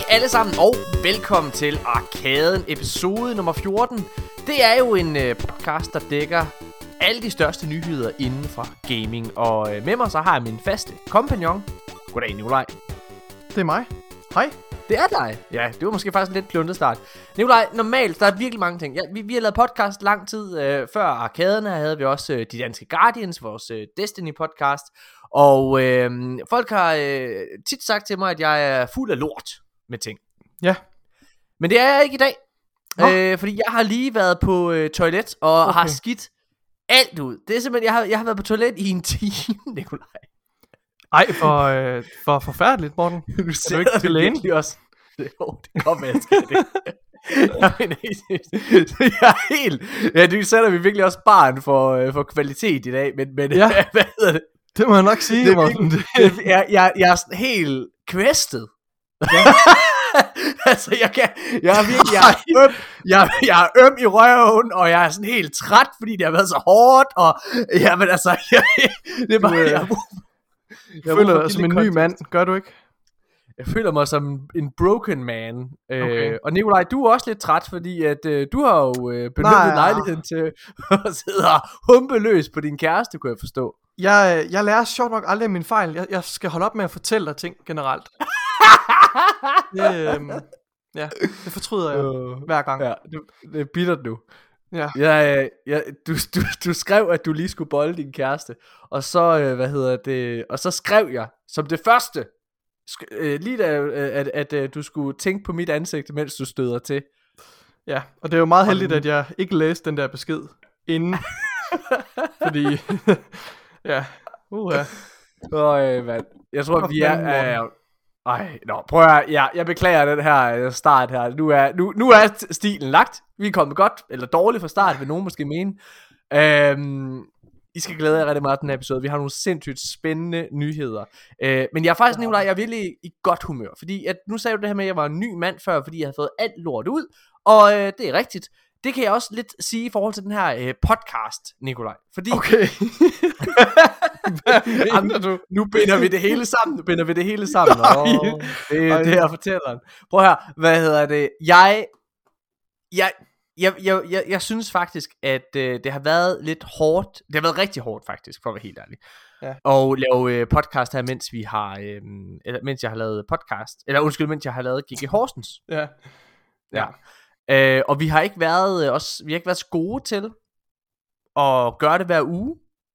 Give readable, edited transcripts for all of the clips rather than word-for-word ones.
alle sammen, og velkommen til Arkaden episode nummer 14. Det er jo en podcast, der dækker alle de største nyheder inden for gaming. Og med mig så har jeg min faste kompagnon. Goddag, Nikolaj. Det er mig. Hej. Det er dig. Ja, det var måske faktisk en lidt kluntet start. Nikolaj, normalt, der er virkelig mange ting. Ja, vi har lavet podcast lang tid før Arkaden. Her havde vi også De Danske Guardians, vores Destiny podcast. Og folk har tit sagt til mig, at jeg er fuld af lort med ting. Ja. Men det er jeg ikke i dag. Fordi jeg har lige været på toilet og har skidt alt ud. Det er simpelthen, jeg har været på toilet i en time, Nikolaj. Ej, for forfærdeligt, Morten. Du ser ikke til lægen også. Jo, det kommer jeg skal det. Jeg er helt. Ja, du sætter vi virkelig også barn for kvalitet i dag, men ja. Hvad hedder det? Det må jeg nok sige, Morten. Jeg er sådan helt kvæstet. Ja. Altså jeg er øm i røven, og jeg er sådan helt træt, fordi det har været så hårdt, og jamen altså det er bare jeg føler dig som en ny mand, gør du ikke? Jeg føler mig som en broken man. Og Nikolaj, du er også lidt træt, fordi at du har jo benyttet lejligheden til at sidde og humpe løs på din kæreste, kunne jeg forstå. Jeg lærer sjovt nok aldrig min fejl. Jeg skal holde op med at fortælle dig ting generelt. Det fortryder jeg hver gang. Ja, det er bittert nu. Ja. Du skrev, at du lige skulle bolle din kæreste, og så og så skrev jeg som det første, lige da at du skulle tænke på mit ansigt, mens du støder til. Ja, og det er jo meget heldigt, at jeg ikke læste den der besked inden. Fordi ja. Mand. Jeg tror vi er prøv at jeg beklager den her start her. Nu er stilen lagt. Vi er kommet godt eller dårligt fra start, vil nogen måske mene. I skal glæde jer rigtig meget den her episode. Vi har nogle sindssygt spændende nyheder. Men jeg er faktisk Nikolaj, jeg er virkelig i godt humør, fordi at nu sagde du det her med, at jeg var en ny mand før, fordi jeg havde fået alt lort ud. Og det er rigtigt. Det kan jeg også lidt sige i forhold til den her podcast, Nikolaj. Fordi du? Nu binder vi det hele sammen. Det her fortælleren. Prøv her, hvad hedder det? Jeg synes faktisk, at det har været lidt hårdt. Det har været rigtig hårdt faktisk, for at være helt ærlig. Ja. Og lave podcast her, mens vi har mens jeg har lavet podcast. Eller undskyld, mens jeg har lavet GG Horsens. Ja. Og vi har ikke været så gode til at gøre det hver uge.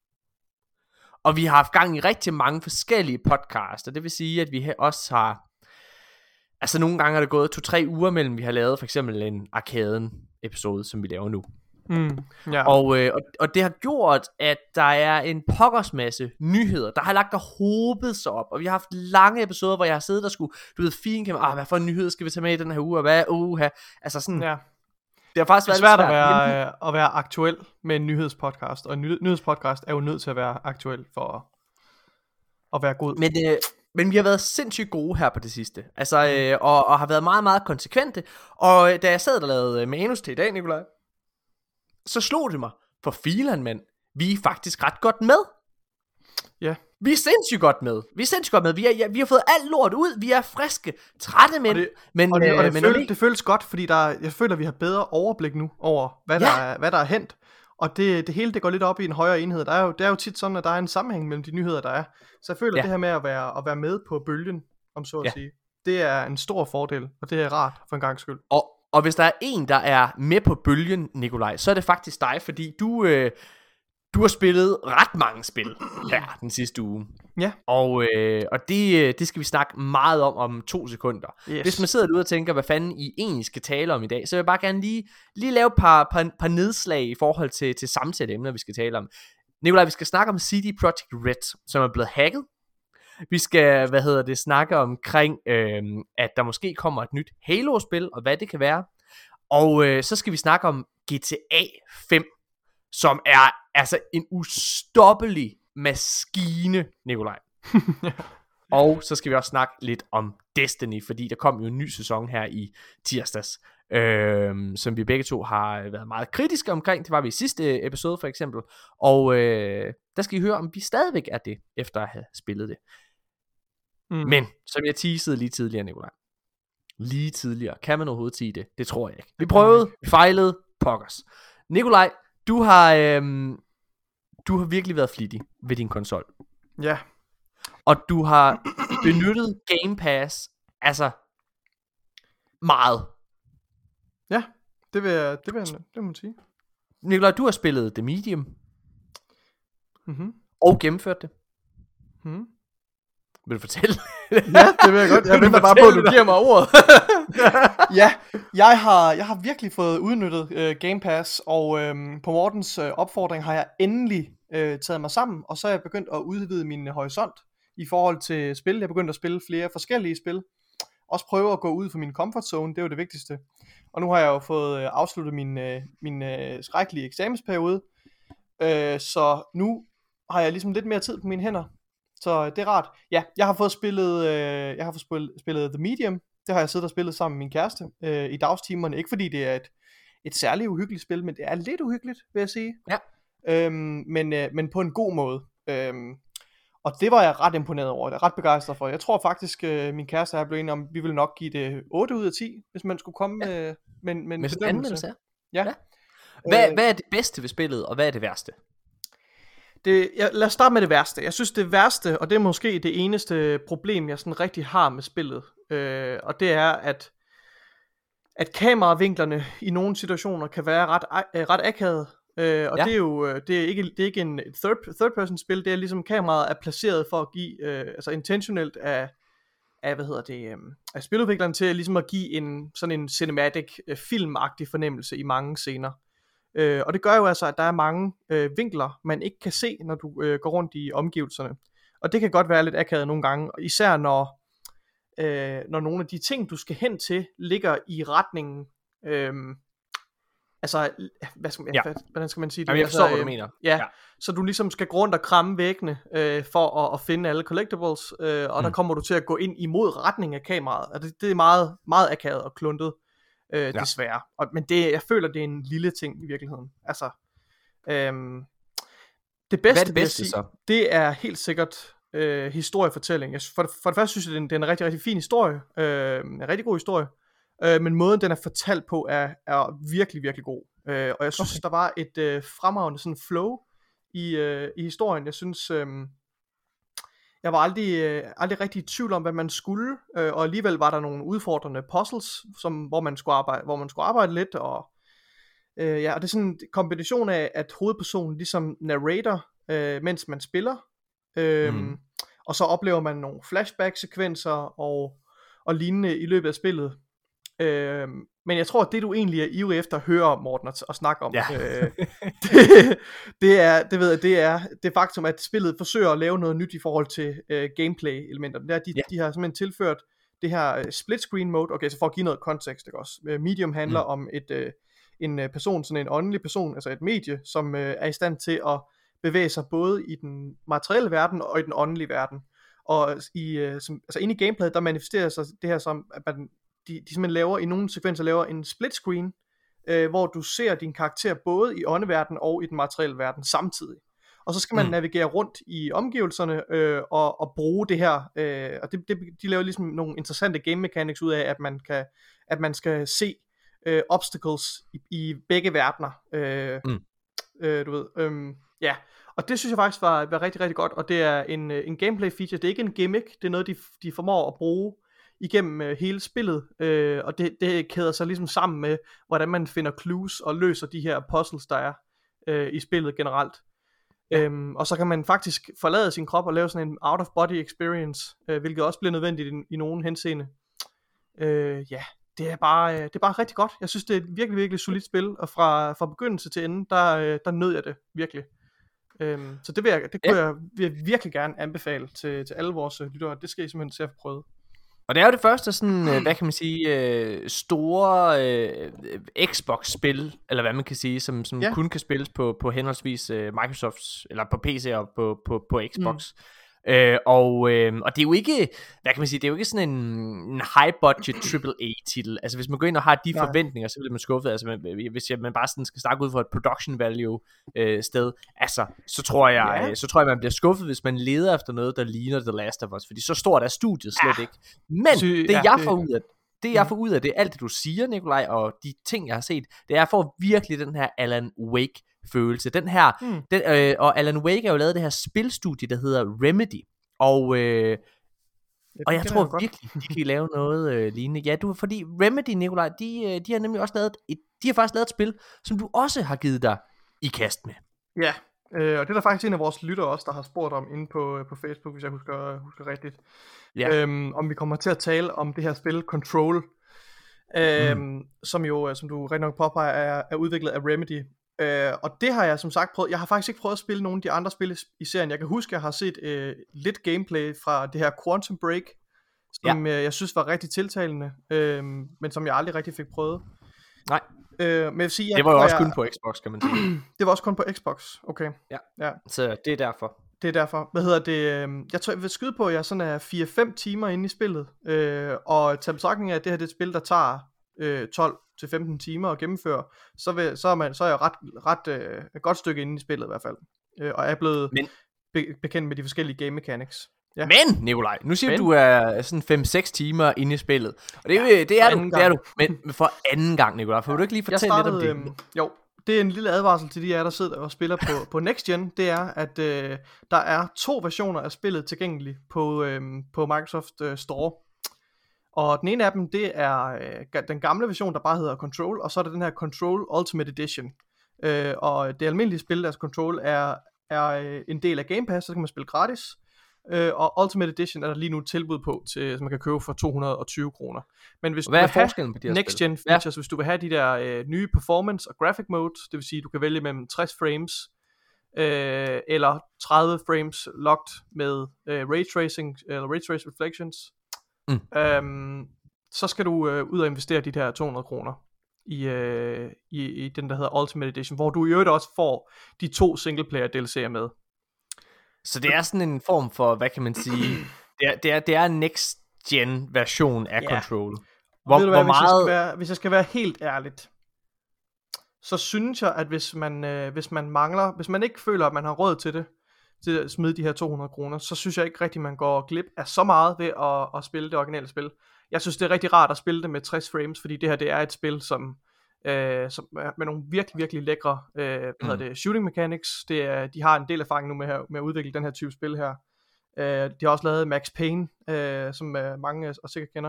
Og vi har haft gang i rigtig mange forskellige podcasts. Og det vil sige, at vi også har, altså nogle gange er det gået 2-3 uger mellem vi har lavet for eksempel en Arkaden episode, som vi laver nu. Og det har gjort, at der er en pokkers masse nyheder, der har lagt og hobet sig op. Og vi har haft lange episoder, hvor jeg har siddet og skulle, du ved, finkamera, hvad for en nyhed skal vi tage med i den her uge, og hvad, altså sådan. Ja. Det har faktisk været svært at være aktuel med en nyhedspodcast. Og en nyhedspodcast er jo nødt til at være aktuel for at være god. Men vi har været sindssygt gode her på det sidste. Altså, og har været meget, meget konsekvente. Og da jeg sad og lavede manus til i dag, Nikolaj, så slog det mig, for filan, mand, vi er faktisk ret godt med. Ja. Vi er sindssygt godt med. Vi har fået alt lort ud. Vi er friske, trætte mænd. Det føles godt, fordi jeg føler, at vi har bedre overblik nu over, hvad der er hent. Og det hele, det går lidt op i en højere enhed. Det er jo tit sådan, at der er en sammenhæng mellem de nyheder, der er. Så jeg føler, det her med at være med på bølgen, om så at sige, det er en stor fordel, og det er rart for en gangs skyld. Og hvis der er en, der er med på bølgen, Nikolaj, så er det faktisk dig, fordi du har spillet ret mange spil her den sidste uge. Ja. Og det skal vi snakke meget om 2 sekunder. Yes. Hvis man sidder derude og tænker, hvad fanden I egentlig skal tale om i dag, så vil jeg bare gerne lige lave et par nedslag i forhold til samtlige emner, vi skal tale om. Nikolaj, vi skal snakke om CD Projekt Red, som er blevet hacket. Vi skal, snakke omkring, at der måske kommer et nyt Halo-spil, og hvad det kan være. Og så skal vi snakke om GTA 5, som er altså en ustoppelig maskine, Nikolaj. Og så skal vi også snakke lidt om Destiny, fordi der kom jo en ny sæson her i tirsdags, som vi begge to har været meget kritiske omkring. Det var vi i sidste episode for eksempel. Og der skal I høre, om vi stadigvæk er det, efter at have spillet det. Men, som jeg teasede lige tidligere, Nikolaj, lige tidligere. Kan man overhovedet sige det? Det tror jeg ikke. Vi prøvede, fejlede, pokkers. Nikolaj, du har virkelig været flittig ved din konsol. Ja. Og du har benyttet Game Pass, altså meget. Ja, det vil man sige. Nikolaj, du har spillet The Medium. Mhm. Og gennemført det. Mhm. Vil du fortælle? Ja, det vil jeg godt. Jeg venter bare på, at du giver mig ordet. Ja, jeg har virkelig fået udnyttet Game Pass, og på Mortens opfordring har jeg endelig taget mig sammen, og så er jeg begyndt at udvide min horisont i forhold til spil. Jeg er begyndt at spille flere forskellige spil. Også prøve at gå ud for min comfort zone, det er jo det vigtigste. Og nu har jeg jo fået afsluttet min skrækkelige eksamensperiode, så nu har jeg ligesom lidt mere tid på mine hænder. Så det er rart. Ja, jeg har fået spillet The Medium. Det har jeg siddet og spillet sammen med min kæreste i dagstimerne. Ikke fordi det er et særligt uhyggeligt spil, men det er lidt uhyggeligt, vil jeg sige. Ja. Men på en god måde. Og det var jeg ret imponeret over. Jeg er ret begejstret for. Jeg tror faktisk, min kæreste og jeg blev enige om, vi ville nok give det 8 ud af 10, hvis man skulle komme med sådan en anmeldelse. Ja. Hvad er det bedste ved spillet, og hvad er det værste? Lad os starte med det værste. Jeg synes det værste, og det er måske det eneste problem, jeg sådan rigtig har med spillet, og det er, at kameravinklerne i nogle situationer kan være ret akavet. Og ja. det er ikke en third person spil. Det er ligesom kameraet er placeret for at give altså intentionelt af spiludvikleren til ligesom at give sådan en cinematic filmagtig fornemmelse i mange scener. Og det gør jo altså, at der er mange vinkler man ikke kan se, når du går rundt i omgivelserne. Og det kan godt være lidt akavet nogle gange, især når nogle af de ting du skal hen til ligger i retningen altså, hvordan skal man sige det? Jamen, jeg forstår, hvad du mener. Ja, så du ligesom skal gå rundt og kramme væggene for at finde alle collectibles, og der kommer du til at gå ind imod retning af kameraet. Og det er meget, meget akavet og kluntet, desværre. Men jeg føler, det er en lille ting i virkeligheden. Altså, det bedste, hvad er det bedste så? Det er helt sikkert historiefortælling. For det første synes jeg, det er en rigtig, rigtig fin historie. En rigtig god historie. Men måden den er fortalt på er virkelig, virkelig god. Og jeg synes der var et fremragende sådan flow i historien. Jeg synes jeg var aldrig rigtig i tvivl om hvad man skulle, og alligevel var der nogle udfordrende puzzles hvor man skulle arbejde lidt, og og det er sådan en kombination af at hovedpersonen ligesom narrator mens man spiller, og så oplever man nogle flashback sekvenser og lignende i løbet af spillet. Men jeg tror at det du egentlig er ivrig efter at høre Morten og snakke om, det er det faktum at spillet forsøger at lave noget nyt i forhold til gameplay elementer. De har simpelthen tilført det her split screen mode. Okay, så for at give noget kontekst, ikke også? Medium handler om en person, sådan en åndelig person, altså et medie, som er i stand til at bevæge sig både i den materielle verden og i den åndelige verden. Og altså inde i gameplayet der manifesterer sig det her som at man de simpelthen i nogle sekvenser laver en split screen, hvor du ser din karakter både i åndeverdenen og i den materielle verden samtidig. Og så skal man navigere rundt i omgivelserne og bruge det her, og de laver ligesom nogle interessante game mechanics ud af, at man skal se obstacles i begge verdener. Du ved, ja. Og det synes jeg faktisk var rigtig, rigtig godt, og det er en gameplay feature. Det er ikke en gimmick, det er noget de formår at bruge igennem hele spillet, og det kæder sig ligesom sammen med hvordan man finder clues og løser de her puzzles der er i spillet generelt. Og så kan man faktisk forlade sin krop og lave sådan en out of body experience, hvilket også bliver nødvendigt i nogen henseende. Det er bare rigtig godt. Jeg synes det er et virkelig, virkelig solidt spil, og fra begyndelse til ende der nød jeg det virkelig. Så det kunne jeg virkelig gerne anbefale til alle vores lyttere. Det skal I simpelthen se at få prøvet. Og det er jo det første sådan, hvad kan man sige, store Xbox-spil, eller hvad man kan sige, som kun kan spilles på henholdsvis Microsofts, eller på PC og på Xbox. Og det er jo ikke, hvad kan man sige, det er jo ikke sådan en high budget AAA-titel. Altså hvis man går ind og har de forventninger, så bliver man skuffet. Altså hvis man bare sådan skal snakke ud fra et production value sted, altså så tror jeg man bliver skuffet, hvis man leder efter noget der ligner The Last of Us, fordi så stort er studiet slet ikke. Men det jeg får ud af det, alt det du siger, Nikolaj, og de ting jeg har set, det er, jeg får virkelig den her Alan Wake følelse. Den her, og Alan Wake er jo lavet det her spilstudie, der hedder Remedy, og jeg tror virkelig, de kan lave noget lignende. Ja, fordi Remedy, Nikolaj, de har nemlig også lavet de har faktisk lavet et spil, som du også har givet dig i kast med. Ja, og det er der faktisk en af vores lyttere også, der har spurgt om inde på Facebook, hvis jeg husker rigtigt. Ja. Om vi kommer til at tale om det her spil Control, som jo, som du rigtig nok påpeger, er udviklet af Remedy. Og det har jeg som sagt prøvet. Jeg har faktisk ikke prøvet at spille nogle af de andre spil i serien. Jeg kan huske, at jeg har set lidt gameplay fra det her Quantum Break, som jeg synes var rigtig tiltalende, men som jeg aldrig rigtig fik prøvet. Nej. Men jeg vil sige, det var jo også kun på Xbox, kan man sige. Det var også kun på Xbox, okay. Ja. Så det er derfor. Det er derfor. Hvad hedder det? Jeg tror, jeg vil skyde på, at jeg sådan er 4-5 timer inde i spillet. Og til betragtning af, at det her det er et spil, der tager 12-15 timer at gennemføre, så er jeg ret et godt stykke inde i spillet i hvert fald. Og er blevet bekendt med de forskellige game mechanics. Ja. Men, Nikolaj, nu siger du er sådan 5-6 timer inde i spillet. Og det er du. Men for anden gang, Nikolaj, får du ikke lige fortælle lidt om det? Jo, det er en lille advarsel til de jer, der sidder og spiller på Next Gen. Det er, at der er 2 versioner af spillet tilgængelige på Microsoft Store. Og den ene af dem, det er den gamle version, der bare hedder Control, og så er der den her Control Ultimate Edition. Og det almindelige spil, altså Control, er en del af Game Pass, så kan man spille gratis. Og Ultimate Edition er der lige nu et tilbud på, som man kan købe for 220 kroner. Men hvis hvad er forskellen på de her Next Gen features, hvis du vil have de der nye performance og graphic mode, det vil sige, du kan vælge mellem 60 frames eller 30 frames locked med ray tracing eller ray trace reflections, så skal du ud og investere de der 200 kroner i den, der hedder Ultimate Edition, hvor du i øvrigt også får de 2 singleplayer DLC'er med. Så det er sådan en form for, hvad kan man sige, det er en next gen version af Control. Hvor meget... hvis jeg skal være helt ærligt, så synes jeg, at hvis man ikke føler, at man har råd til at smide de her 200 kroner, så synes jeg ikke rigtig, man går glip af så meget ved at spille det originale spil. Jeg synes, det er rigtig rart at spille det med 60 frames, fordi det her, det er et spil, som med nogle virkelig, virkelig lækre shooting mechanics. De har en del erfaring nu med at udvikle den her type spil her. De har også lavet Max Payne, som mange også sikkert kender.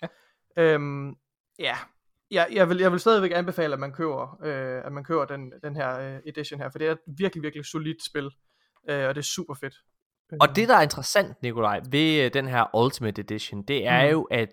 Jeg vil stadigvæk anbefale, at man køber den her edition her, for det er et virkelig, virkelig solidt spil, og det er super fedt. Og det, der er interessant, Nikolaj, ved den her Ultimate Edition, det er jo, at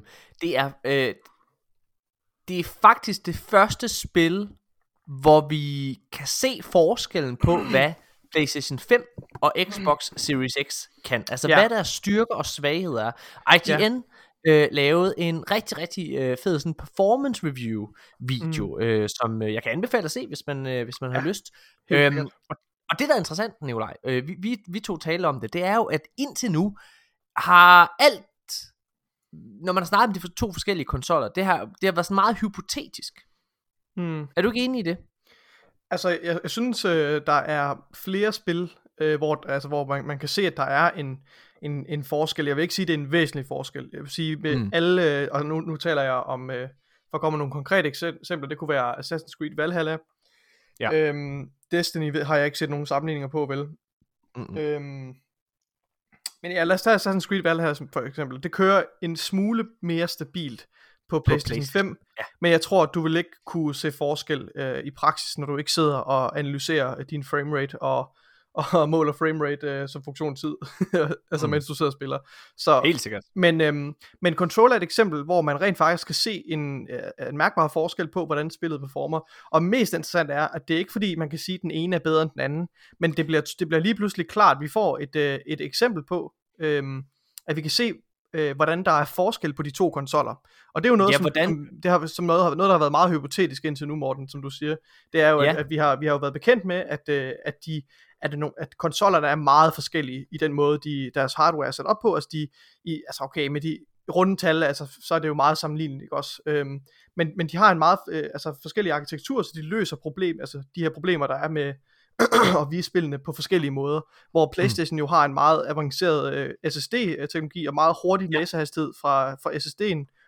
det er faktisk det første spil, hvor vi kan se forskellen på, hvad PlayStation 5 og Xbox Series X kan. Altså, hvad der er styrke og svaghed er. IGN lavede en rigtig, rigtig fed sådan performance review video, som jeg kan anbefale at se, hvis man har lyst. Og det, der er interessant, Nikolaj, vi to taler om det er jo, at indtil nu har alt, når man har snakket om de 2 forskellige konsoller, det har været sådan meget hypotetisk. Er du ikke enig i det? Altså, jeg synes, der er flere spil, hvor man kan se, at der er en forskel. Jeg vil ikke sige, at det er en væsentlig forskel. Jeg vil sige, med alle, og nu taler jeg om, for at komme nogle konkrete eksempler, det kunne være Assassin's Creed Valhalla. Ja. Destiny har jeg ikke set nogen sammenligninger på, vel? Men ja, lad os tage Assassin's Creed Valhalla for eksempel. Det kører en smule mere stabilt på PlayStation 5, men jeg tror, at du vil ikke kunne se forskel i praksis, når du ikke sidder og analyserer din framerate og måler framerate som funktionstid, altså mens du sidder og spiller. Så, helt sikkert. Men Control er et eksempel, hvor man rent faktisk kan se en mærkbar forskel på, hvordan spillet performer. Og mest interessant er, at det er ikke fordi, man kan sige, at den ene er bedre end den anden, men det bliver lige pludselig klart, at vi får et eksempel på, at vi kan se, hvordan der er forskel på de 2 konsoller. Og det er jo noget, noget, der har været meget hypotetisk indtil nu, Morten, som du siger. Det er jo, at vi har jo været bekendt med, at konsollerne er meget forskellige i den måde, deres hardware er sat op på. Altså okay, med de runde tal, altså, så er det jo meget sammenligneligt, ikke også? Men de har en meget forskellige arkitektur, så de løser de her problemer, der er med at vise spillene på forskellige måder, hvor PlayStation jo har en meget avanceret SSD-teknologi og meget hurtig læsehastighed fra SSD'en,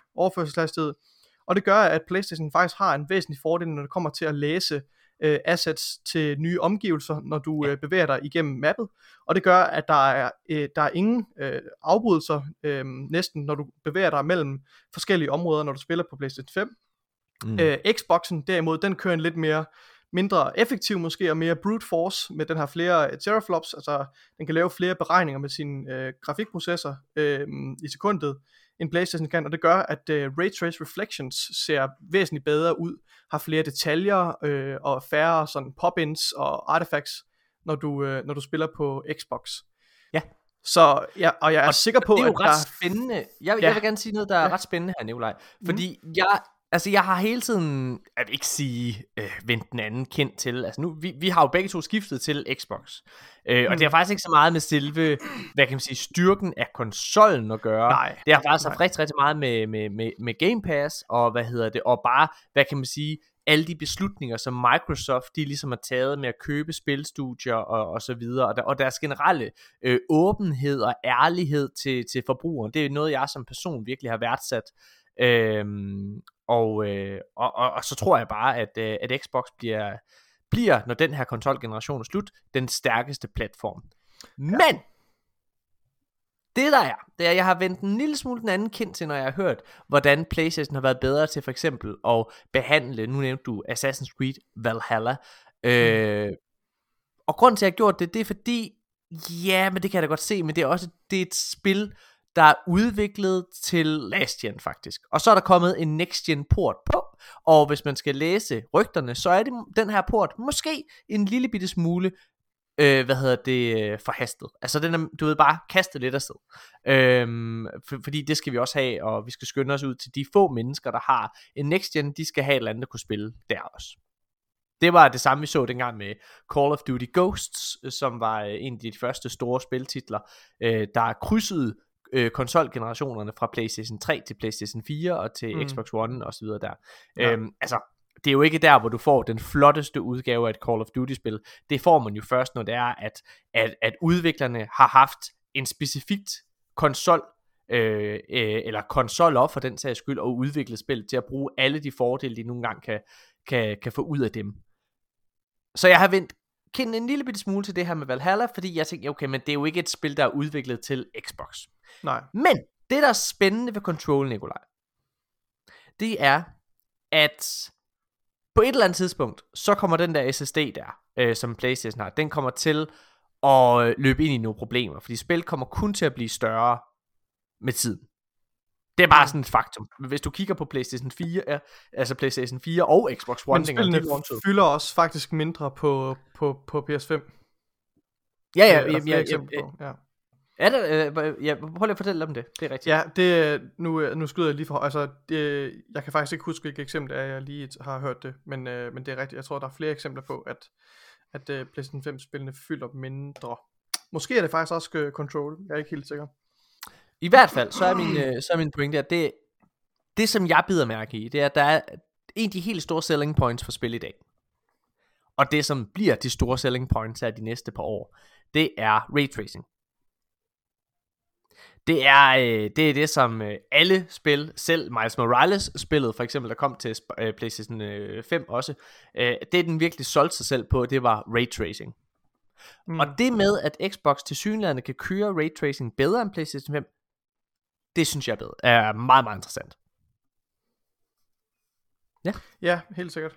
overførselshastighed. Og det gør, at PlayStation faktisk har en væsentlig fordel, når det kommer til at læse assets til nye omgivelser, når du bevæger dig igennem mappet. Og det gør, at der er ingen afbrydelser næsten, når du bevæger dig mellem forskellige områder, når du spiller på PlayStation 5. Xboxen derimod, den kører en lidt mindre effektiv måske, og mere brute force med den her flere teraflops, altså den kan lave flere beregninger med sin grafikprocessor i sekundet, end PlayStation kan, og det gør, at Ray Trace Reflections ser væsentligt bedre ud, har flere detaljer og færre sådan pop-ins og artifacts, når du spiller på Xbox. Ja. Så ja, og jeg er sikker på, det er jo at ret spændende. Jeg vil gerne sige noget, der er ret spændende her, Nikolaj. Fordi jeg har hele tiden, jeg vil ikke sige, vendt den anden kendt til. Altså nu, vi har jo begge to skiftet til Xbox. Og det har faktisk ikke så meget med selve, hvad kan man sige, styrken af konsollen at gøre. Nej. Det har faktisk haft rigtig meget med Game Pass, og og bare, hvad kan man sige, alle de beslutninger, som Microsoft, de ligesom har taget med at købe spilstudier og så videre, og deres generelle åbenhed og ærlighed til forbrugeren. Det er noget, jeg som person virkelig har værdsat. Og så tror jeg bare, at Xbox bliver, når den her konsolgeneration er slut, den stærkeste platform. Men det er, jeg har vendt en lille smule den anden kind til, når jeg har hørt, hvordan PlayStation har været bedre til for eksempel at behandle, nu nævnte du Assassin's Creed Valhalla. Og grunden til, at jeg har gjort det er fordi, ja, men det kan jeg da godt se, men det er et spil, der er udviklet til last gen faktisk. Og så er der kommet en next gen port på, og hvis man skal læse rygterne, så er det den her port måske en lille bitte smule forhastet. Altså den er, du ved, bare kastet lidt afsted. Fordi det skal vi også have, og vi skal skynde os ud til de få mennesker, der har en next gen, de skal have et eller andet, der kunne spille der også. Det var det samme, vi så dengang med Call of Duty Ghosts, som var en af de første store spiltitler, der krydsede konsolgenerationerne fra PlayStation 3 til PlayStation 4 og til Xbox One og så videre der. Ja. Det er jo ikke der, hvor du får den flotteste udgave af et Call of Duty-spil. Det får man jo først, når det er, at udviklerne har haft en specifikt konsol, eller konsoller for den sags skyld, og udviklet spil til at bruge alle de fordele, de nogle gange kan få ud af dem. Så jeg har vendt kinden en lille bitte smule til det her med Valhalla, fordi jeg tænkte, okay, men det er jo ikke et spil, der er udviklet til Xbox. Nej. Men det, der er spændende ved Control, Nikolaj, det er, at på et eller andet tidspunkt, så kommer den der SSD der, som PlayStation har, den kommer til at løbe ind i nogle problemer, fordi spil kommer kun til at blive større med tiden. Det er bare sådan et faktum. Hvis du kigger på PlayStation 4, altså PlayStation 4 og Xbox One, men spillene fylder også faktisk mindre på PS5. Ja. Er det, prøv lige at fortælle om det. Det er rigtigt. Ja, det nu skyder jeg lige for. Altså, jeg kan faktisk ikke huske, hvilket eksempel det er, jeg lige har hørt det, men det er rigtigt. Jeg tror, der er flere eksempler på, at PlayStation 5-spillene fylder mindre. Måske er det faktisk også Control. Jeg er ikke helt sikker. I hvert fald, så er min pointe, at det som jeg bider mærke i, det er, at der er en af de helt store selling points for spil i dag. Og det som bliver de store selling points af de næste par år, det er raytracing. Det er det som alle spil, selv Miles Morales spillet for eksempel, der kom til PlayStation 5 også, det den virkelig solgte sig selv på, det var raytracing. Og det med at Xbox tilsyneladende kan køre raytracing bedre end PlayStation 5, det synes jeg er meget, meget interessant. Ja, helt sikkert.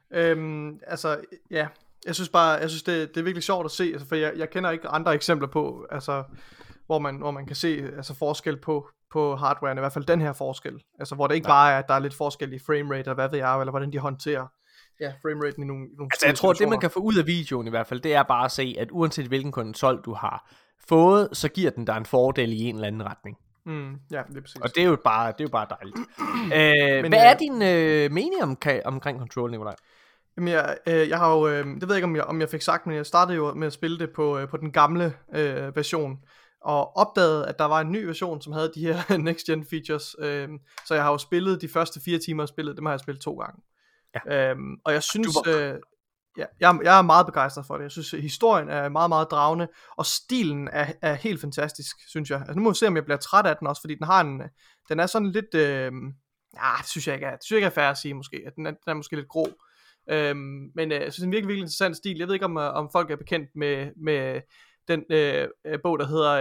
Jeg synes det er virkelig sjovt at se, altså, for jeg kender ikke andre eksempler på, altså hvor man kan se altså forskel på hardwaren, i hvert fald den her forskel, altså hvor det ikke bare er, at der er lidt forskel i framerate, og hvad ved jeg, eller hvordan de håndterer frameraten i nogle altså jeg tror, det man kan få ud af videoen i hvert fald, det er bare at se, at uanset hvilken konsol du har fået, så giver den dig en fordel i en eller anden retning. Ja, det er præcis. Og det er jo bare dejligt. Hvad er din mening omkring Control, Nikolaj? Jamen jeg har jo, det ved jeg ikke om jeg fik sagt, men jeg startede jo med at spille det på den gamle version, og opdagede, at der var en ny version, som havde de her next gen features, så jeg har jo spillet de første 4 timer af spillet, dem har jeg spillet 2 gange. Ja. Og jeg synes, jeg er meget begejstret for det. Jeg synes, historien er meget, meget dragende, og stilen er helt fantastisk, synes jeg. Altså, nu må vi se, om jeg bliver træt af den også, fordi den er sådan lidt, Det synes jeg ikke er. Det synes jeg ikke er fair at sige måske. At den er måske lidt grå. Men jeg synes, det er en virkelig, virkelig interessant stil. Jeg ved ikke, om folk er bekendt med den bog, der hedder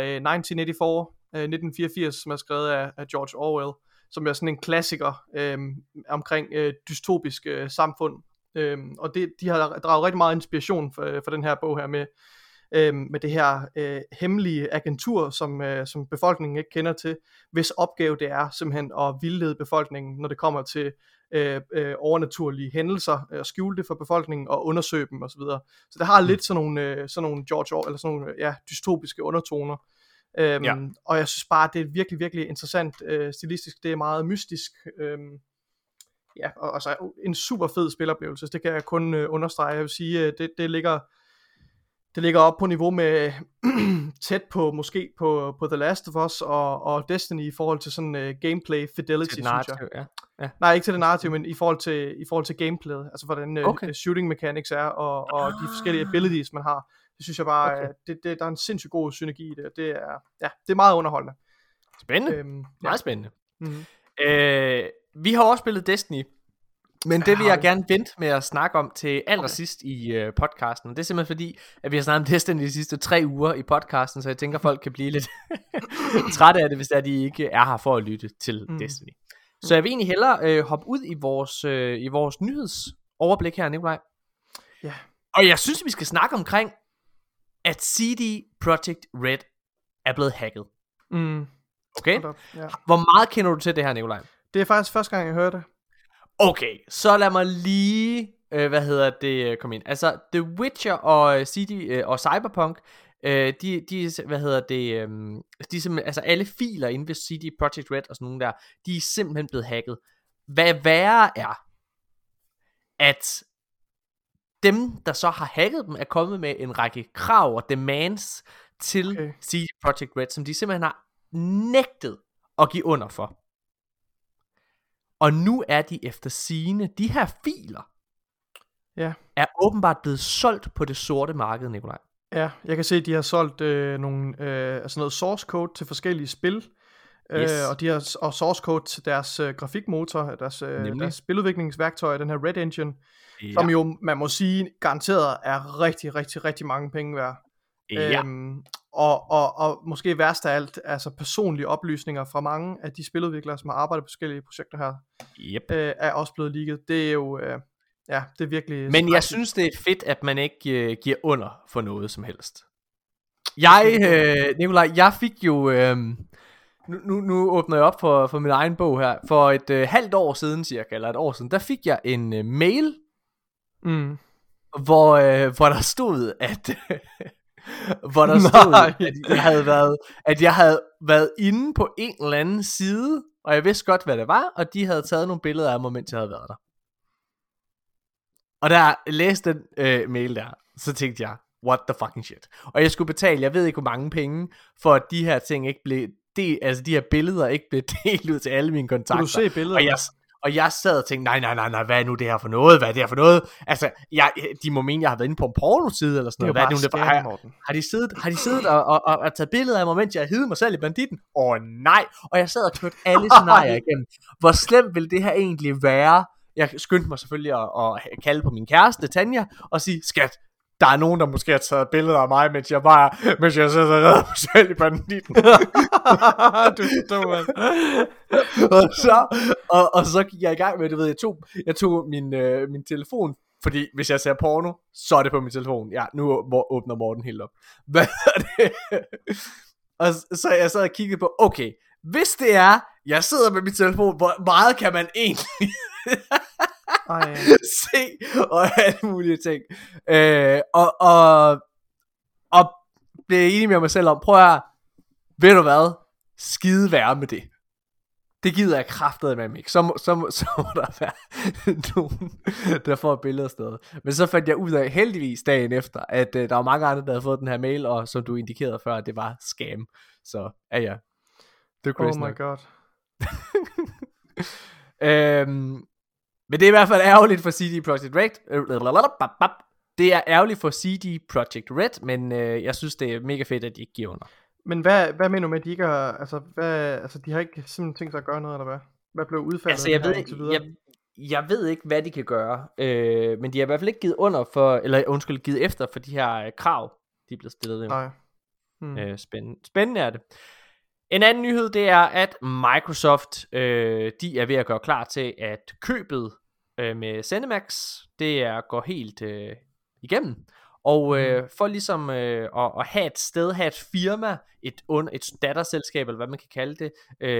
1984, som er skrevet af George Orwell, som er sådan en klassiker omkring dystopisk samfund. Og de har draget rigtig meget inspiration for den her bog her med det her hemmelige agentur, som befolkningen ikke kender til, hvis opgave det er simpelthen at vildlede befolkningen, når det kommer til overnaturlige hændelser, skjule det for befolkningen og undersøge dem osv. Så det har lidt sådan nogle George Orwell, eller sådan nogle dystopiske undertoner. Og jeg synes bare, det er virkelig, virkelig interessant stilistisk. Det er meget mystisk. Og altså en super fed spiloplevelse. Det kan jeg kun understrege. Jeg vil sige, det ligger op på niveau med tæt på måske på The Last of Us og Destiny i forhold til sådan gameplay fidelity, synes jeg. Ja. Nej, ikke til det narrativ, men i forhold til gameplayet, altså hvordan shooting mechanics er og de forskellige abilities man har. Det synes jeg bare der er en sindssygt god synergi i det. Det er meget underholdende. Spændende. Meget spændende. Mm-hmm. Vi har også spillet Destiny. Men det vil jeg gerne vente med at snakke om til allersidst i podcasten. Det er simpelthen fordi, at vi har snakket om Destiny de sidste 3 uger i podcasten, så jeg tænker, folk kan blive lidt trætte af det, hvis de ikke er her for at lytte til Destiny. Så jeg vil egentlig hellere hoppe ud i vores nyhedsoverblik her, Nikolaj. Ja. Og jeg synes, vi skal snakke omkring, at CD Projekt Red er blevet hacket. Okay? Hvor meget kender du til det her, Nikolaj? Det er faktisk første gang, jeg hører det. Okay, så lad mig lige, komme ind. Altså, The Witcher og CD og Cyberpunk, de simpelthen, altså alle filer inde ved CD Projekt Red og sådan nogle der, de er simpelthen blevet hacket. Hvad værre er, at dem, der så har hacket dem, er kommet med en række krav og demands til CD Projekt Red, som de simpelthen har nægtet at give under for. Og nu er de efter sigende, de her filer, er åbenbart blevet solgt på det sorte marked, Nikolaj. Ja, jeg kan se, at de har solgt noget source code til forskellige spil, og de har source code til deres grafikmotor, deres spiludviklingsværktøj, den her Red Engine, som jo, man må sige, garanteret er rigtig, rigtig, rigtig mange penge værd. Og måske værst af alt, altså personlige oplysninger fra mange af de spiludviklere, som har arbejdet på forskellige projekter her, er også blevet leaget. Det er jo, det er virkelig... Men jeg synes, det er fedt, at man ikke giver under for noget som helst. Nikolaj, jeg fik jo... Nu åbner jeg op for min egen bog her. For et halvt år siden cirka, eller et år siden, der fik jeg en mail, hvor der stod, at... at jeg havde været inde på en eller anden side, og jeg vidste godt, hvad det var, og de havde taget nogle billeder af mig, mens jeg havde været der. Og da jeg læste den mail der, så tænkte jeg, what the fucking shit. Og jeg skulle betale, jeg ved ikke hvor mange penge, for at de her ting ikke blev de her billeder ikke blev delt ud til alle mine kontakter. Kunne du se billeder? Og jeg sad og tænkte, nej, hvad er nu det her for noget? Hvad er det her for noget? Altså, de må mene, jeg har været inde på en pornoside eller sådan noget. Har de siddet og taget billeder af mig, mens jeg hedde mig selv i banditten? Nej. Og jeg sad og kørte alle scenarier igennem. Hvor slemt ville det her egentlig være? Jeg skyndte mig selvfølgelig at kalde på min kæreste, Tanja, og sige, skat, der er nogen, der måske har taget billeder af mig, mens jeg sidder og redder mig selv i banditten. Du er så dum, man. Og så gik jeg i gang med, du ved, jeg tog min telefon, fordi hvis jeg ser porno, så er det på min telefon. Ja, nu åbner Morten helt op. Hvad er det? Og så jeg sad og kiggede på, okay, hvis det er, jeg sidder med min telefon, hvor meget kan man egentlig se, og alle mulige ting. Og blev enig med mig selv om, prøv at, ved du hvad, skide være med det. Det gider jeg kraftedeme ikke. Så må der være nogen, der får et billede af stedet. Men så fandt jeg ud af, heldigvis dagen efter, at der var mange andre, der havde fået den her mail, og som du indikerede før, at det var scam. Så ja. Det er crazy. Oh my god. Men det er i hvert fald ærgerligt for CD Projekt Red. Det er ærgerligt for CD Projekt Red, men jeg synes, det er mega fedt, at de ikke giver under. Men hvad mener du med, at de ikke har, de har ikke simpelthen tænkt sig at gøre noget, eller hvad? Hvad blev udfaldet Altså, jeg her ved, indtil videre? jeg ved ikke, hvad de kan gøre, men de har i hvert fald ikke givet under for, eller undskyld, givet efter for de her krav, de er blevet stillet. Nej. Spændende er det. En anden nyhed, det er, at Microsoft, de er ved at gøre klar til, at købet med ZeniMax, går helt igennem. Og for ligesom at have et sted, have et firma, et datterselskab, eller hvad man kan kalde det,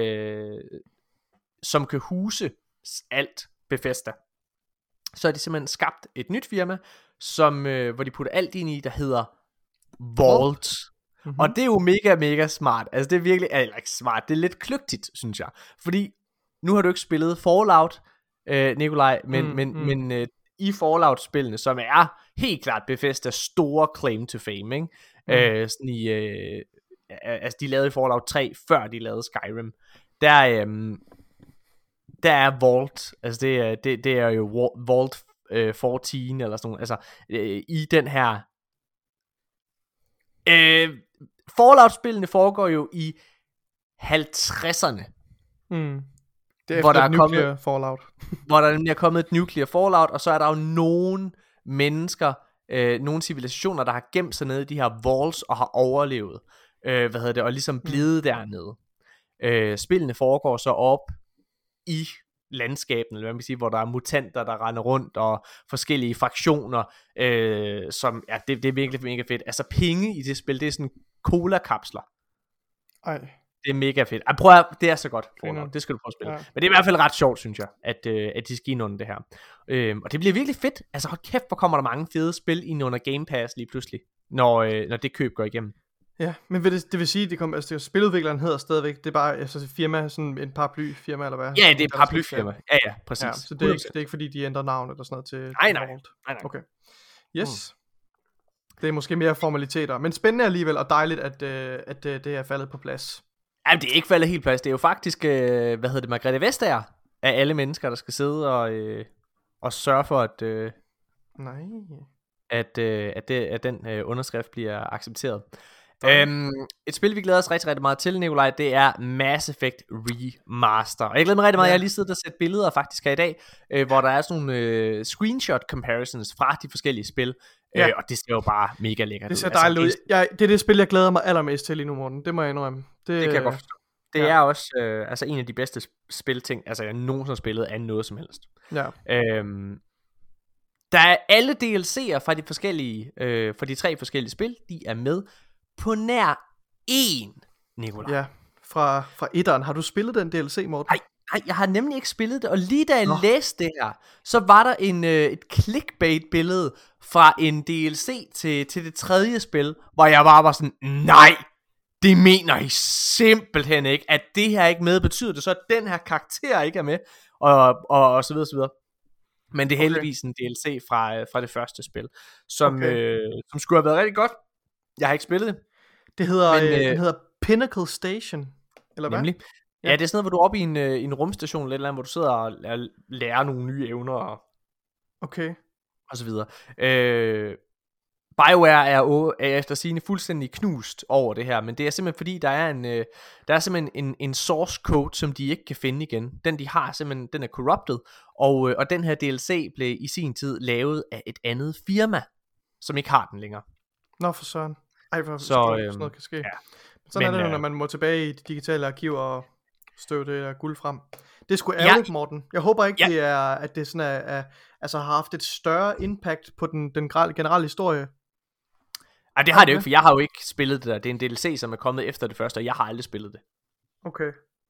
som kan huse alt Bethesda, så har de simpelthen skabt et nyt firma, hvor de putter alt ind i, der hedder Vault. Mm-hmm. Og det er jo mega, mega smart. Altså det er virkelig, eller ikke smart, det er lidt kløgtigt, synes jeg. Fordi nu har du ikke spillet Fallout, Nikolaj, men i Fallout-spillene, som er helt klart Bethesdas store claim to fame, ikke? Altså de lavede Fallout 3, før de lavede Skyrim. Der er Vault, altså det er jo Vault 14 eller sådan noget, altså i den her Fallout-spillene foregår jo i 50'erne. Det er hvor der er kommet Fallout. Hvor der nemlig er kommet et nuclear Fallout, og så er der jo nogle mennesker, nogle civilisationer, der har gemt sig nede i de her vaults og har overlevet, og ligesom blevet dernede. Spillene foregår så op i landskaben, eller hvad man kan sige, hvor der er mutanter, der render rundt, og forskellige fraktioner, som, ja, det er virkelig mega fedt. Altså penge i det spil, det er sådan cola-kapsler. Ej. Det er mega fedt. Prøv at, det er så godt. Det skal du prøve at spille. Ja. Men det er i hvert fald ret sjovt, synes jeg, at de skal ind under det her. Og det bliver virkelig fedt. Altså hold kæft, hvor kommer der mange fede spil ind under Game Pass lige pludselig, når det køb går igennem. Ja, men det vil sige, altså spiludvikleren hedder stadigvæk, det er bare altså firma, sådan en paraplyfirma eller hvad? Ja, det er et paraplyfirma. Ja, præcis. Ja, så det er ikke fordi, de ændrer navn eller sådan noget til... Nej. Okay. Yes. Det er måske mere formaliteter, men spændende alligevel, og dejligt, at det er faldet på plads. Jamen, det er ikke faldet helt plads. Det er jo faktisk, Margrethe Vestager af alle mennesker, der skal sidde og sørge for, at den underskrift bliver accepteret. Et spil vi glæder os rigtig, rigtig meget til, Nikolaj, det er Mass Effect Remaster. Og jeg glæder mig rigtig meget. Jeg har lige siddet og set billeder faktisk her i dag, hvor der er sådan nogle screenshot comparisons fra de forskellige spil. Og det ser jo bare mega lækkert ud. Det ser dejligt ud. Det er det spil, jeg glæder mig allermest til lige nu, Morten. Det må jeg indrømme. Det kan jeg godt forstå. Det er også en af de bedste spilting, altså jeg nogensinde har spillet af noget som helst. Ja. Der er alle DLC'er fra de forskellige, fra de 3 forskellige spil, de er med på nær 1, Nikolaj. Ja, fra etteren. Har du spillet den DLC, Morten? Nej, jeg har nemlig ikke spillet det. Og lige da jeg læste det her, så var der et clickbait-billede fra en DLC til det 3. spil, hvor jeg bare var sådan, nej, det mener I simpelthen ikke, at det her ikke med. Betyder det så, at den her karakter ikke er med? Og så videre, så videre. Men det er heldigvis en DLC fra det første spil, som skulle have været rigtig godt. Jeg har ikke spillet det. Det hedder Pinnacle Station, eller hvad? Nemlig. Ja, det er sådan noget, hvor du er oppe i en rumstation eller andet, hvor du sidder og lærer nogle nye evner og så videre. BioWare er efter sigende fuldstændig knust over det her, men det er simpelthen fordi der er simpelthen en source code, som de ikke kan finde igen. Den de har simpelthen, den er corrupted, og den her DLC blev i sin tid lavet af et andet firma, som ikke har den længere. Nå for søren. Ej, sådan noget kan ske. Ja. Sådan er det, når man må tilbage i det digitale arkiv og støve det der guld frem. Det er sgu ærgerligt, Morten. Jeg håber ikke, det er, at det sådan altså har haft et større impact på den generelle historie. Ej, det har det jo ikke, for jeg har jo ikke spillet det der. Det er en DLC, som er kommet efter det første, og jeg har aldrig spillet det. Okay.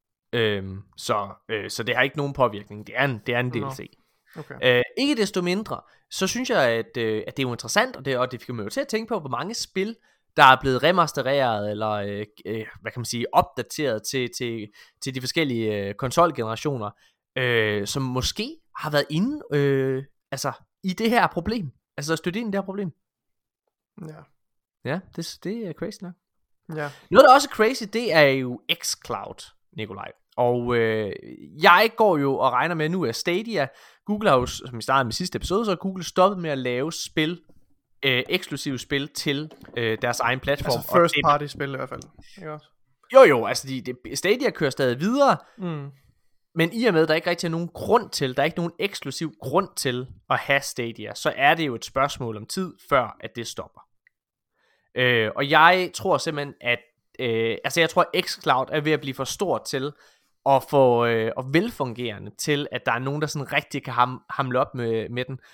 Så det har ikke nogen påvirkning. Det er en DLC. Okay. Ikke desto mindre, så synes jeg, at det er jo interessant, og det fik mig jo til at tænke på, hvor mange spil, der er blevet remastereret, eller hvad kan man sige, opdateret til de forskellige konsolgenerationer, som måske har været inde altså i det her problem. Altså støtte ind i det her problem. Ja, det er crazy nok. Ja. Noget, der også er crazy, det er jo xCloud, Nikolaj. Og jeg går jo og regner med, at nu er Stadia. Google har jo, som vi startede med sidste episode, så har Google stoppet med at lave spil, eksklusive spil til deres egen platform. Altså first party spil i hvert fald. Jo, altså Stadia kører stadig videre. Men i og med, at der ikke rigtig er nogen grund til, der er ikke nogen eksklusiv grund til at have Stadia, så er det jo et spørgsmål om tid, før at det stopper. Og jeg tror simpelthen, at jeg tror, at xCloud er ved at blive for stort til at få og velfungerende til, at der er nogen, der sådan rigtig kan hamle op med den.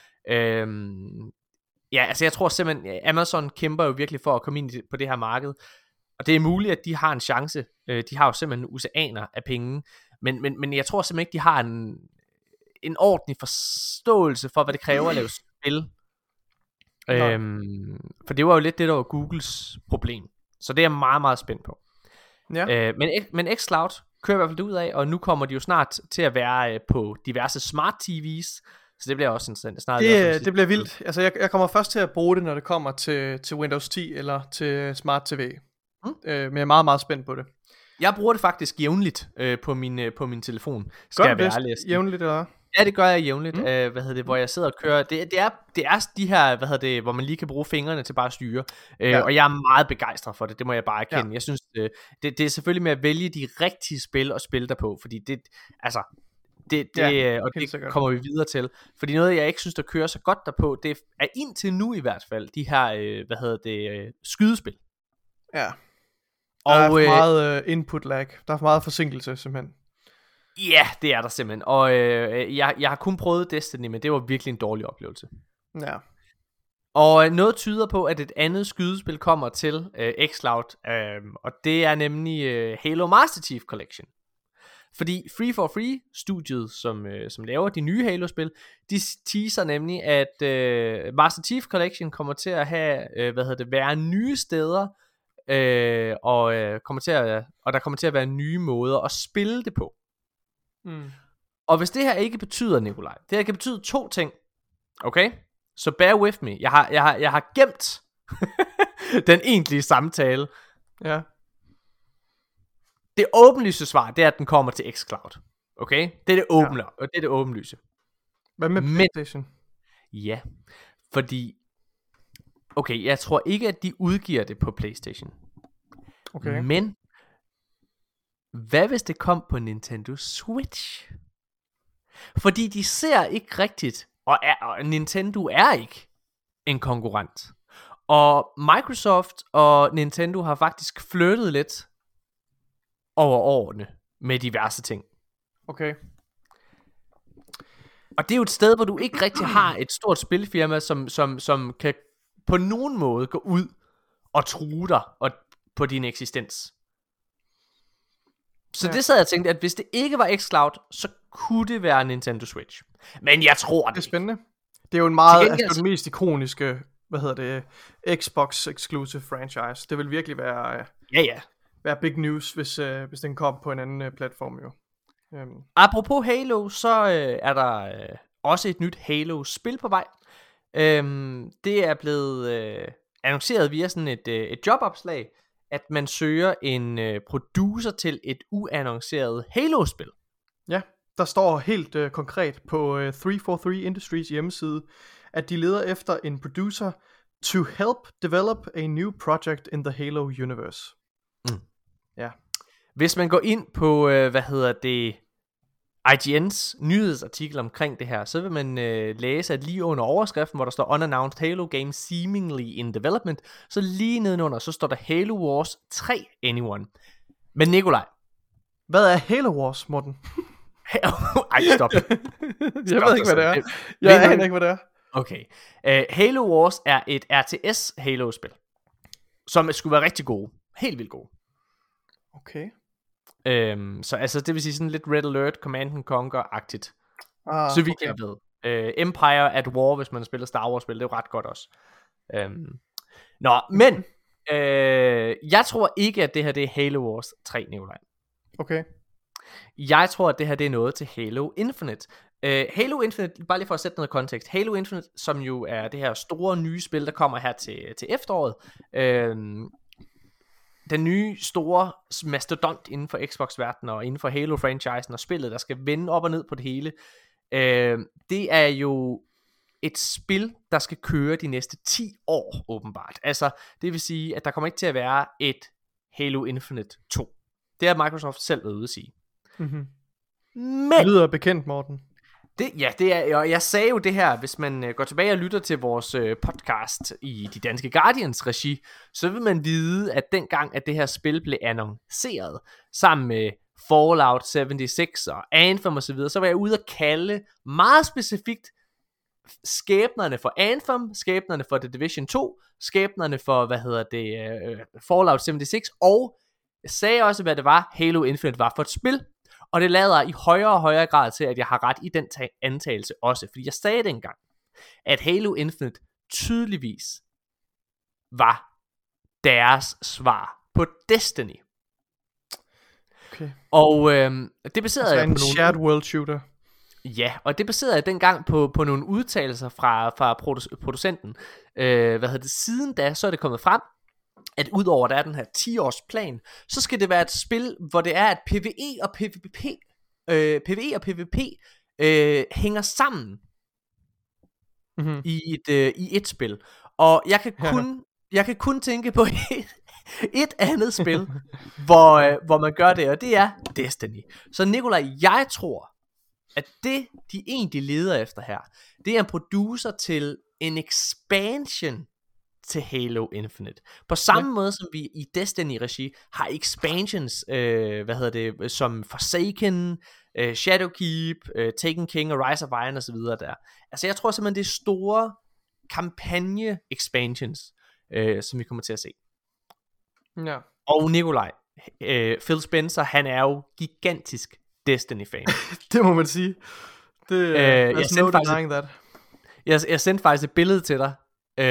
Jeg tror simpelthen, Amazon kæmper jo virkelig for at komme ind på det her marked, og det er muligt, at de har en chance. De har jo simpelthen oceaner af penge, men jeg tror simpelthen ikke, de har en ordentlig forståelse for, hvad det kræver at lave spil. For det var jo lidt det, der var Googles problem. Så det er jeg meget, meget spændt på. Ja. Men xCloud kører i hvert fald ud af, og nu kommer de jo snart til at være på diverse smart TV's, så det bliver også interessant. Det bliver vildt. Altså jeg kommer først til at bruge det, når det kommer til Windows 10 eller til Smart TV. Men jeg er meget, meget spændt på det. Jeg bruger det faktisk jævnligt på min telefon. Skal jeg være ærlig? Jævnligt eller? Ja, det gør jeg jævnligt. Hvor jeg sidder og kører. Det er de her, hvor man lige kan bruge fingrene til bare at styre. Og jeg er meget begejstret for det. Det må jeg bare erkende. Jeg synes, det er selvfølgelig med at vælge de rigtige spil og spille derpå, fordi det kommer vi videre til. Fordi noget jeg ikke synes der kører så godt derpå, det er indtil nu i hvert fald de her skydespil. Ja. Der er for meget input lag. Der er for meget forsinkelse simpelthen. Ja, det er der simpelthen. Og jeg har kun prøvet Destiny, men det var virkelig en dårlig oplevelse. Ja. Og noget tyder på, at et andet skydespil kommer til xCloud, og det er nemlig Halo Master Chief Collection. Fordi Free for Free studiet, som laver de nye Halo-spil, de teaser nemlig, at Master Chief Collection kommer til at have, være nye steder, og der kommer til at være nye måder at spille det på. Og hvis det her ikke betyder, Nikolaj, det her kan betyde 2 ting. Okay? Så bear with me. Jeg har gemt den egentlige samtale. Ja. Det åbenlyse svar, det er, at den kommer til xCloud. Okay? Det er det åbne, og det er det åbenlyse. Hvad med PlayStation? Ja, fordi okay, jeg tror ikke, at de udgiver det på PlayStation. Okay. Men hvad hvis det kom på Nintendo Switch? Fordi de ser ikke rigtigt, og Nintendo er ikke en konkurrent. Og Microsoft og Nintendo har faktisk flyttet lidt over årene med diverse ting. Okay. Og det er jo et sted, hvor du ikke rigtig har et stort spilfirma, som kan på nogen måde gå ud og true dig på din eksistens. Så det sad jeg og tænkte, at hvis det ikke var xCloud, så kunne det være Nintendo Switch. Men jeg tror det. Det er spændende. Det er jo en meget, den mest ikoniske, Xbox exclusive franchise. Det vil virkelig være være big news, hvis den kom på en anden platform jo. Apropos Halo, så er der også et nyt Halo-spil på vej. Det er blevet annonceret via sådan et jobopslag, at man søger en producer til et uannonceret Halo-spil. Ja, der står helt konkret på 343 Industries hjemmeside, at de leder efter en producer to help develop a new project in the Halo universe. Ja. Hvis man går ind på, IGN's nyhedsartikel omkring det her, så vil man læse, at lige under overskriften, hvor der står Unannounced Halo Game Seemingly in Development, så lige nedenunder, så står der Halo Wars 3 Anyone. Men Nikolaj, hvad er Halo Wars, Morten? Ej, stop. Jeg ved ikke, hvad det er. Jeg aner ikke, hvad det er. Okay. Halo Wars er et RTS Halo-spil, som skulle være rigtig gode. Helt vildt gode. Okay. Så altså det vil sige sådan lidt Red Alert, Command & Conquer-agtigt. Så vidt jeg ved. Empire at War, hvis man spiller Star Wars-spil, det er jo ret godt også. Men jeg tror ikke, at det her det er Halo Wars 3, Nikolaj. Okay. Jeg tror, at det her det er noget til Halo Infinite. Halo Infinite, bare lige for at sætte noget kontekst. Halo Infinite, som jo er det her store nye spil, der kommer her til efteråret. Den nye store mastodont inden for Xbox-verdenen og inden for Halo-franchisen og spillet, der skal vende op og ned på det hele. Det er jo et spil, der skal køre de næste 10 år, åbenbart. Altså, det vil sige, at der kommer ikke til at være et Halo Infinite 2. Det har Microsoft selv været ude at sige. Men Det lyder bekendt, Morten. det er, og jeg sagde jo det her, hvis man går tilbage og lytter til vores podcast i de danske Guardians regi, så vil man vide, at dengang, at det her spil blev annonceret, sammen med Fallout 76 og Anthem og så videre, så var jeg ude at kalde meget specifikt skæbnerne for Anthem, skæbnerne for The Division 2, skæbnerne for, Fallout 76, og jeg sagde også, hvad det var, Halo Infinite var for et spil. Og det lader i højere og højere grad til, at jeg har ret i den antagelse også. Fordi jeg sagde dengang, at Halo Infinite tydeligvis var deres svar på Destiny. Okay. Og det baserede jeg på en shared world shooter. Ja, og det baserede jeg dengang på nogle udtalelser fra producenten. Siden da, så er det kommet frem, at udover der er den her 10-års plan, så skal det være et spil, hvor det er, at PvE og PvP hænger sammen i et spil. Og jeg kan kun tænke på et andet spil, hvor man gør det, og det er Destiny. Så Nikolaj, jeg tror, at det de egentlig leder efter her, det er en producer til en expansion til Halo Infinite. På samme måde som vi i Destiny-regi har expansions, som Forsaken, Shadowkeep, Taken King og Rise of Iron og så videre der. Altså jeg tror simpelthen det er store kampagne-expansions, som vi kommer til at se. Ja. Og Nikolaj, Phil Spencer, han er jo gigantisk Destiny-fan. Det må man sige. Jeg sendte faktisk et billede til dig,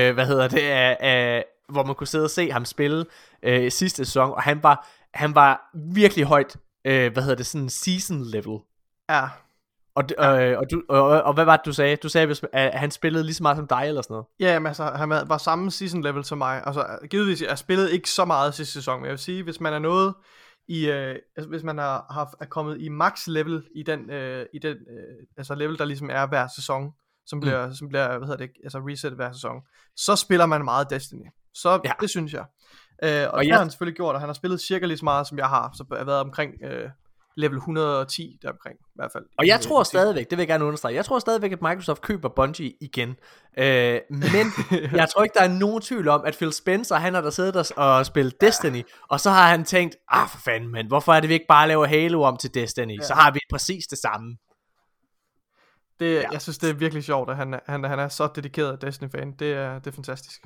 hvor man kunne sidde og se ham spille sidste sæson, og han var virkelig højt, sådan season level. Ja. Og hvad var det du sagde? Du sagde, at han spillede lige så meget som dig eller sådan noget. Ja, men altså, han var samme season level som mig. Altså, givetvis, jeg spillede ikke så meget sidste sæson, men jeg vil sige, hvis man er noget hvis man er kommet i max level i den level der ligesom er hver sæson, som bliver reset hver sæson, så spiller man meget Destiny. Så ja. Det synes jeg. Og det har han selvfølgelig gjort, og han har spillet cirka lige så meget som jeg har, så jeg har været omkring level 110 der omkring i hvert fald. Og jeg tror stadigvæk, det vil jeg gerne understrege, jeg tror stadigvæk, at Microsoft køber Bungie igen. Men jeg tror ikke, der er nogen tvivl om, at Phil Spencer, han har der siddet og spillet Destiny, og så har han tænkt, for fanden, men hvorfor er det vi ikke bare laver Halo om til Destiny? Ja. Så har vi præcis det samme. Jeg synes, det er virkelig sjovt, at han er så dedikeret Destiny-fan. Det er fantastisk.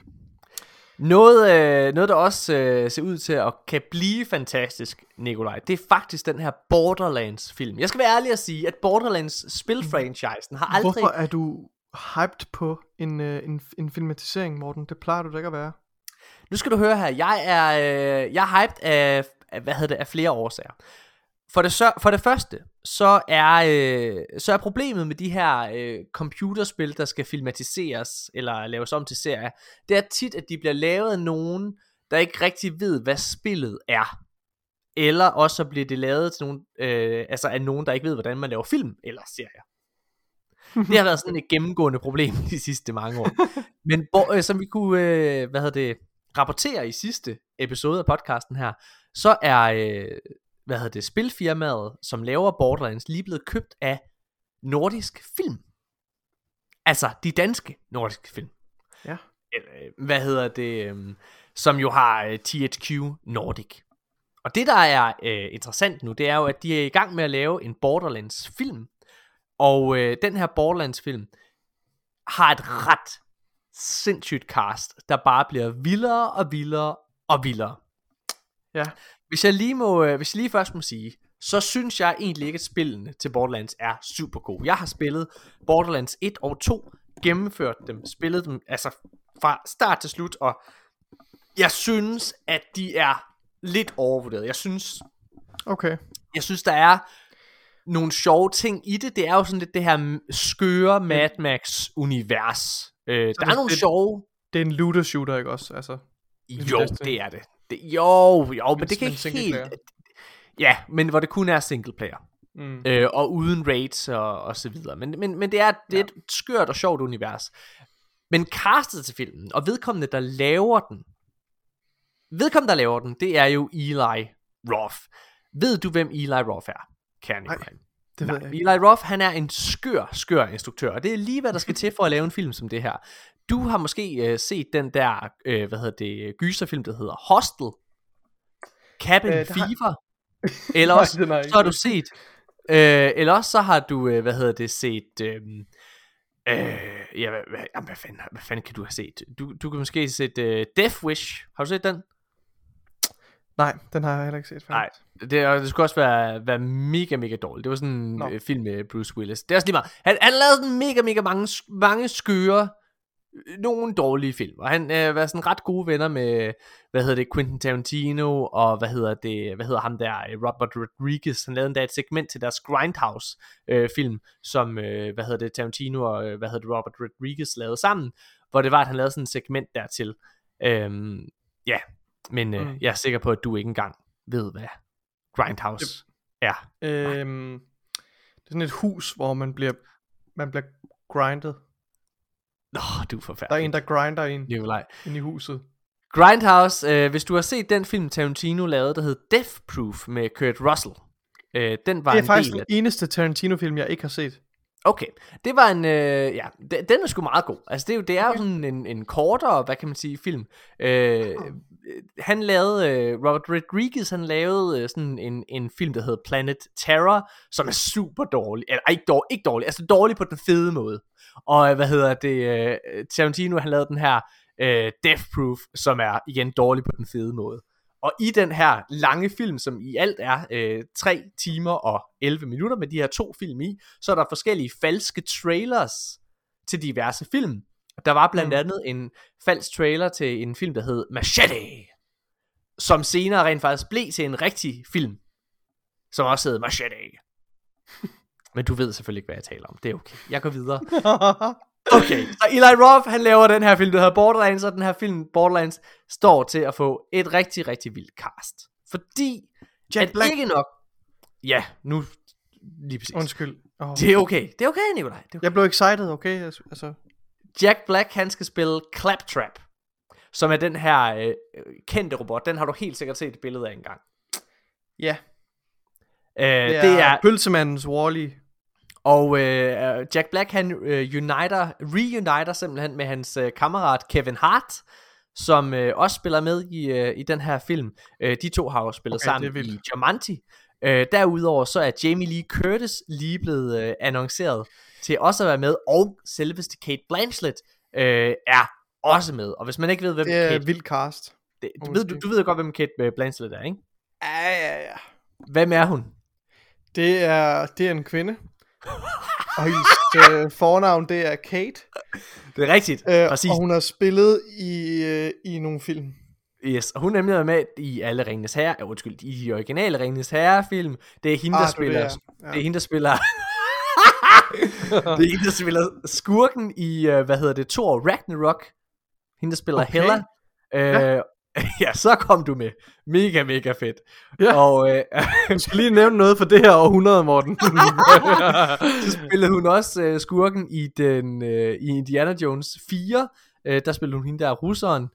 Noget der også ser ud til at kan blive fantastisk, Nikolaj, det er faktisk den her Borderlands film. Jeg skal være ærlig at sige, at Borderlands spilfranchisen har aldrig... Hvorfor er du hyped på en filmatisering, Morten? Det plejer du da ikke at være. Nu skal du høre her, jeg er hyped af flere årsager. For det første, så er problemet med de her computerspil, der skal filmatiseres eller laves om til serier, det er tit, at de bliver lavet af nogen, der ikke rigtig ved, hvad spillet er. Eller også så bliver det lavet til nogen, af nogen, der ikke ved, hvordan man laver film eller serier. Det har været sådan et gennemgående problem de sidste mange år. Men som vi kunne rapportere i sidste episode af podcasten her, så er... spilfirmaet, som laver Borderlands, lige blevet købt af Nordisk Film. Altså de danske nordiske film. Ja. Som jo har THQ Nordic. Og det der er interessant nu, det er jo, at de er i gang med at lave en Borderlands film. Og den her Borderlands film har et ret sindssygt cast, der bare bliver vildere og vildere og vildere. Ja. Hvis jeg lige først må sige, så synes jeg egentlig ikke, at spillene til Borderlands er super gode. Jeg har spillet Borderlands 1 og 2, gennemført dem, spillet dem altså fra start til slut, og jeg synes, at de er lidt overvurderet. Jeg synes, der er nogle sjove ting i det. Det er jo sådan lidt det her skøre Mad Max univers. Der er nogle sjove. Det er en looter shooter, ikke også? Altså, jo, det er det. Jo, men det kan ikke helt... Ja, men hvor det kun er single player. Og uden raids og så videre. Men det er et skørt og sjovt univers. Men castet til filmen, og vedkommende, der laver den, det er jo Eli Roth. Ved du, hvem Eli Roth er, kære Nikolaj? Det ved jeg ikke. Eli Roth, han er en skør instruktør, og det er lige hvad der skal til for at lave en film som det her. Du har måske set den der gyserfilm, der hedder Hostel, Cabin Fever, eller også så har du set eller også så har du set hvad fanden kan du have set? Du kan måske have set Death Wish. Har du set den? Nej, den har jeg heller ikke set. Nej, det skulle også være mega dårligt. Det var sådan en film med Bruce Willis. Det er også lige meget. Han lavede sådan mega mange skøre, nogle dårlige film. Og han var sådan ret gode venner med Quentin Tarantino og hvad hedder ham der Robert Rodriguez. Han lavede endda et segment til deres Grindhouse film, som Tarantino og Robert Rodriguez lavede sammen, hvor det var at han lavede sådan et segment dertil. Men jeg er sikker på at du ikke engang ved hvad Grindhouse er. Det er sådan et hus, hvor man bliver grindet. Du er forfærdelig. Der er en, der grinder ind i huset. Grindhouse, hvis du har set den film Tarantino lavede, der hed Death Proof med Kurt Russell. Den var det er faktisk den eneste Tarantino-film, jeg ikke har set. Okay, det var en, den er sgu meget god. Altså det er jo sådan en kortere, hvad kan man sige, film. Han lavede, Robert Rodriguez, han lavede sådan en film, der hedder Planet Terror, som er super dårlig. Eller ikke dårlig, altså dårlig på den fede måde. Og Tarantino, han lavede den her Death Proof, som er igen dårlig på den fede måde. Og i den her lange film, som i alt er 3 timer og 11 minutter med de her 2 film i, så er der forskellige falske trailers til diverse film. Der var blandt andet en falsk trailer til en film, der hed Machete, som senere rent faktisk blev til en rigtig film, som også hed Machete. Men du ved selvfølgelig ikke, hvad jeg taler om. Det er okay. Jeg går videre. Okay, så Eli Roth, han laver den her film, der hedder Borderlands, og den her film, Borderlands, står til at få et rigtig, rigtig vildt cast. Fordi, Jack Black. Ikke nok... Ja, nu... Lige præcis. Undskyld. Det er okay, Nikolaj. Okay. Jeg blev excited, okay? Altså... Jack Black, han skal spille Claptrap, som er den her kendte robot. Den har du helt sikkert set et billede af engang. Ja. Det er pølsemandens Wall-E. Og Jack Black, han reuniter simpelthen med hans kammerat Kevin Hart, som også spiller med i den her film. De to har jo spillet sammen i Jumanji. Derudover så er Jamie Lee Curtis lige blevet annonceret til også at være med, og selveste Cate Blanchett er også med. Og hvis man ikke ved, hvem det er vildt cast. Du ved godt, hvem Cate Blanchett er, ikke? Ja. Hvem er hun? Det er en kvinde. Og hendes fornavn, det er Kate. Det er rigtigt, præcis. Og hun har spillet i nogle film. Yes, og hun er nemlig med i alle Ringenes Herre, i de originale Ringenes Herre-film. Det er hende, der spiller... Det er hende, der spiller... det er hende, der spiller skurken i, Thor Ragnarok. Hende, der spiller Hela. Ja, så kom du med. Mega fedt. Ja. Og du skal lige nævne noget for det her århundrede, Morten. Så spillede hun også skurken i Indiana Jones 4. Der spillede hun hende der russeren.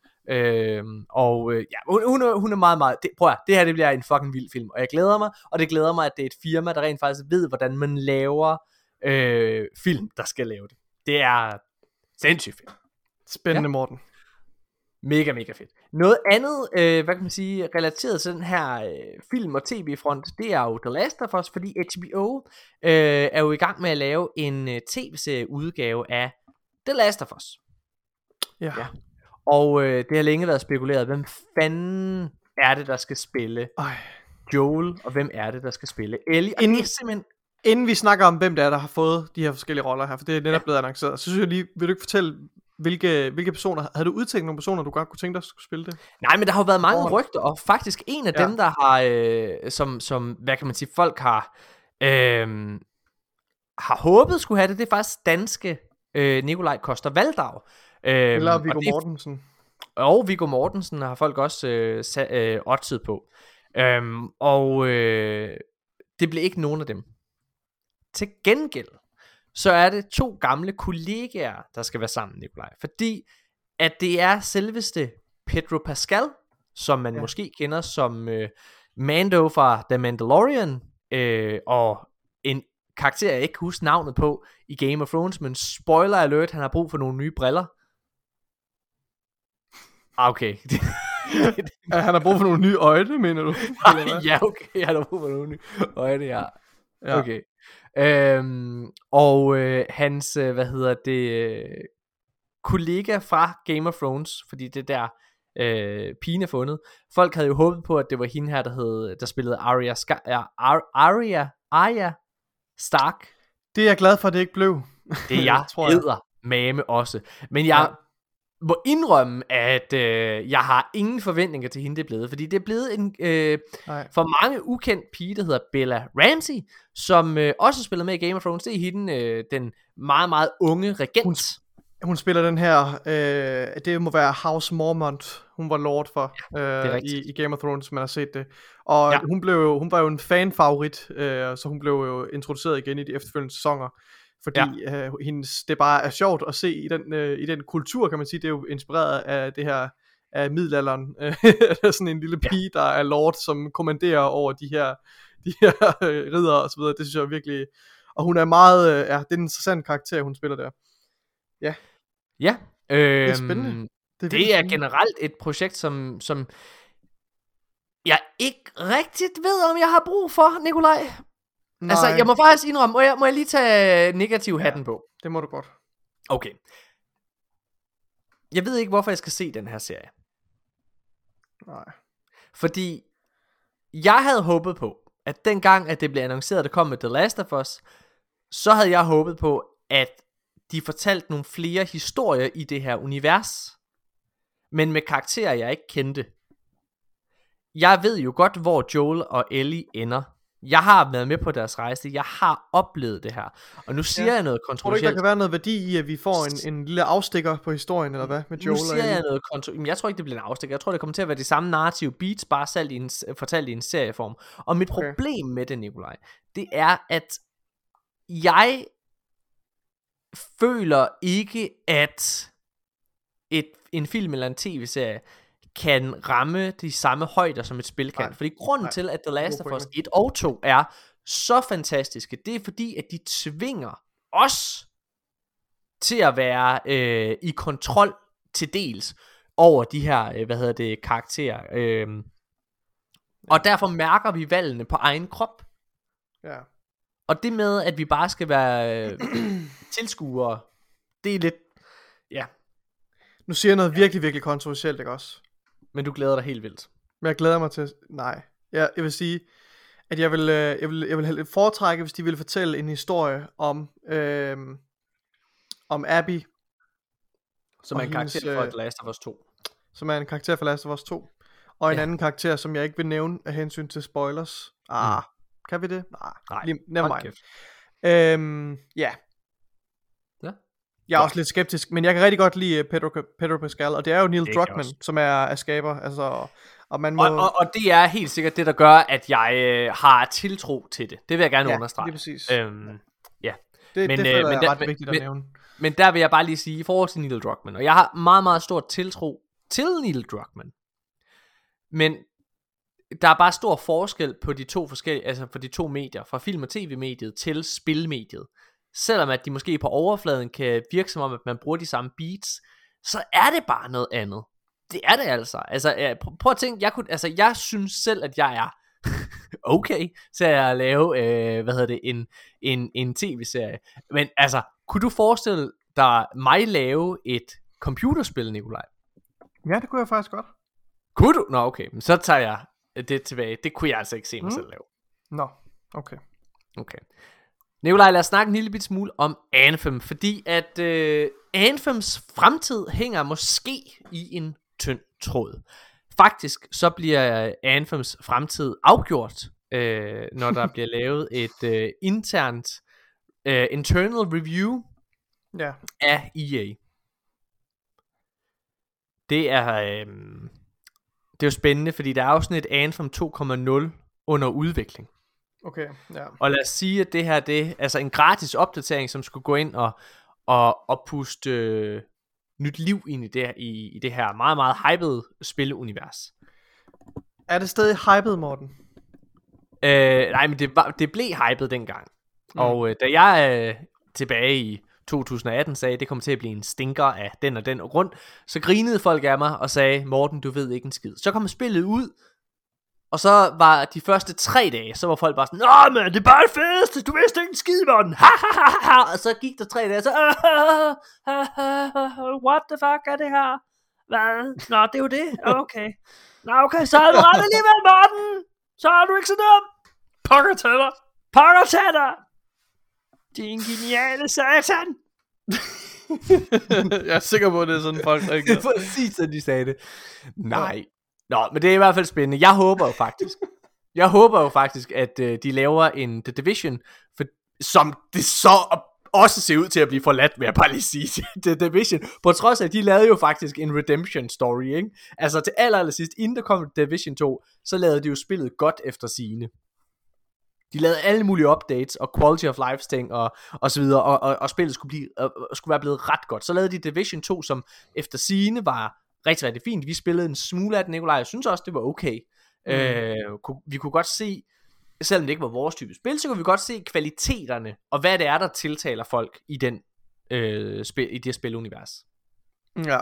Hun er meget det her det bliver en fucking vild film. Og jeg glæder mig. Og det glæder mig, at det er et firma, der rent faktisk ved, hvordan man laver film, der skal lave det. Det er sindssygt fedt. Spændende, Morten. Mega fedt. Noget andet, hvad kan man sige, relateret til den her film- og tv-front, det er jo The Last of Us, fordi HBO er jo i gang med at lave en tv-serie udgave af The Last of Us. Ja. Og det har længe været spekuleret, hvem fanden er det, der skal spille Joel, og hvem er det, der skal spille Ellie? Og det er simpelthen... Inden vi snakker om, hvem det er, der har fået de her forskellige roller her, for det er netop blevet annonceret, så synes jeg lige, vil du ikke fortælle, hvilke personer, havde du udtænkt nogle personer, du godt kunne tænke dig skulle spille det? Nej, men der har jo været mange rygter, og faktisk en af dem, der har, som hvad kan man sige, folk har håbet skulle have det, det er faktisk danske Nikolaj Coster-Waldau. Eller Viggo Mortensen. Og Viggo Mortensen har folk også oddset på. Det blev ikke nogen af dem. Til gengæld så er det 2 gamle kollegaer, der skal være sammen, Nikolaj. Fordi at det er selveste Pedro Pascal, som man måske kender som Mando fra The Mandalorian, og en karakter, jeg ikke kan huske navnet på i Game of Thrones, men spoiler alert, han har brug for nogle nye briller. Okay. Han har brug for nogle nye øjne, mener du? Ja, okay, han har brug for nogle nye øjne, ja. Ja. Okay. Og hans, kollega fra Game of Thrones, fordi det der pigen er fundet. Folk havde jo håbet på, at det var hende her, der spillede Arya Stark. Det er jeg glad for, at det ikke blev. Det jeg hedder mame også. Men jeg må indrømme, at jeg har ingen forventninger til hende, det er blevet. Fordi det er blevet en for mange ukendt pige, der hedder Bella Ramsey, som også spiller med i Game of Thrones. Det er hende, den meget, meget unge regent. Hun spiller den her, det må være House Mormont, hun var lord for i Game of Thrones, man har set det. Og hun var jo en fanfavorit, så hun blev jo introduceret igen i de efterfølgende sæsoner. Fordi det bare er sjovt at se i den kultur, kan man sige. Det er jo inspireret af det her af middelalderen. Sådan en lille pige, der er lord, som kommanderer over de her riddere og så videre. Det synes jeg virkelig. Og hun er meget, det er en interessant karakter, hun spiller der. Ja. Ja. Det er spændende. Det er generelt et projekt, som jeg ikke rigtigt ved, om jeg har brug for, Nikolaj. Nej. Altså, jeg må faktisk indrømme, må jeg lige tage negativ hatten på? Det må du godt. Okay. Jeg ved ikke, hvorfor jeg skal se den her serie. Nej. Fordi jeg havde håbet på, at dengang, at det blev annonceret, at det kom med The Last of Us, så havde jeg håbet på, at de fortalte nogle flere historier i det her univers, men med karakterer, jeg ikke kendte. Jeg ved jo godt, hvor Joel og Ellie ender. Jeg har været med på deres rejse. Jeg har oplevet det her. Og nu siger jeg noget kontroversielt. Tror du ikke, der kan være noget værdi i, at vi får en lille afstikker på historien, eller hvad? Med Joel nu siger jeg noget kontroversielt. Jeg tror ikke, det bliver en afstikker. Jeg tror, det kommer til at være de samme narrative beats, bare fortalt i en serieform. Og mit problem med det, Nikolaj, det er, at jeg føler ikke, at en film eller en tv-serie kan ramme de samme højder som et spil kan. Fordi grunden til, at The Last of Us 1 og 2 er så fantastiske, det er fordi, at de tvinger os til at være i kontrol til dels over de her, karakterer. Og derfor mærker vi valgene på egen krop. Ja. Og det med, at vi bare skal være tilskuere, det er lidt, Nu siger jeg noget virkelig, virkelig kontroversielt, ikke også? Men du glæder dig helt vildt. Men jeg glæder mig til, nej. Jeg vil sige, at jeg vil foretrække, hvis de ville fortælle en historie om Abby. Som er en karakter for The Last of Us 2. Som er en karakter for Last of Us 2. Og en anden karakter, som jeg ikke vil nævne af hensyn til spoilers. Kan vi det? Nej. Never mind. Ja. Jeg er også lidt skeptisk, men jeg kan rigtig godt lide Pedro Pascal, og det er jo Neil Druckmann, som er skaber, altså, og man må... Og det er helt sikkert det, der gør, at jeg har tiltro til det. Det vil jeg gerne understrege. Det er præcis. Det føler jeg ret vigtigt at nævne. Men der vil jeg bare lige sige, i forhold til Neil Druckmann, og jeg har meget, meget stor tiltro til Neil Druckmann, men der er bare stor forskel på de to forskellige, altså for de to medier, fra film- og tv-mediet til spilmediet. Selvom at de måske på overfladen kan virke som om, at man bruger de samme beats, så er det bare noget andet. Det er det altså. Altså, prøv at tænke, jeg synes selv, at jeg er okay til at lave, en tv-serie. Men altså, kunne du forestille dig mig lave et computerspil, Nikolaj? Ja, det kunne jeg faktisk godt. Kunne du? Nå, okay. Men så tager jeg det tilbage. Det kunne jeg altså ikke se mig selv lave. Nå, okay. Nikolaj, lad os snakke en lille bit smule om Anthem, fordi at Anthems fremtid hænger måske i en tynd tråd. Faktisk så bliver Anthems fremtid afgjort, når der bliver lavet et internt internal review af EA. Det er jo spændende, fordi der er jo sådan et Anthem 2.0 under udvikling. Okay, ja. Og lad os sige, at det her, det er altså en gratis opdatering, som skulle gå ind og puste nyt liv ind i det her meget, meget hypede spilleunivers. Er det stadig hyped, Morten? Nej, men det blev hyped dengang. Og da jeg tilbage i 2018 sagde, at det kommer til at blive en stinker af den og den grund, så grinede folk af mig og sagde, Morten, du ved ikke en skid. Så kom spillet ud, og så var de første 3 dage, så var folk bare sådan, nå, men det er bare det fedeste, du vidste ikke en skid, Morten. Og så gik der 3 dage, så what the fuck er det her? Hvad? Nå, det er jo det. Okay. Nå, okay, så har du ret alligevel, Morten. Så er du ikke så dum. Pokker til dig. Pokker til dig. Din geniale satan. Jeg er sikker på, at det er sådan folk, der ikke det er præcis sådan, de sagde det. Nej. Nå, men det er i hvert fald spændende. Jeg håber jo faktisk, at de laver en The Division, som det så også ser ud til at blive forladt, vil jeg bare lige sige. The Division, på trods af, at de lavede jo faktisk en redemption story, ikke? Altså til allersidst, inden der kom Division 2, så lavede de jo spillet godt efter sigende. De lavede alle mulige updates og quality of life ting og så videre, og spillet skulle være blevet ret godt. Så lavede de Division 2, som efter sigende var rigtig, rigtig fint. Vi spillede en smule af det, Nikolaj. Jeg synes også, det var okay. Vi kunne godt se, selvom det ikke var vores type spil, så kunne vi godt se kvaliteterne, og hvad det er, der tiltaler folk i i det spilunivers. Ja.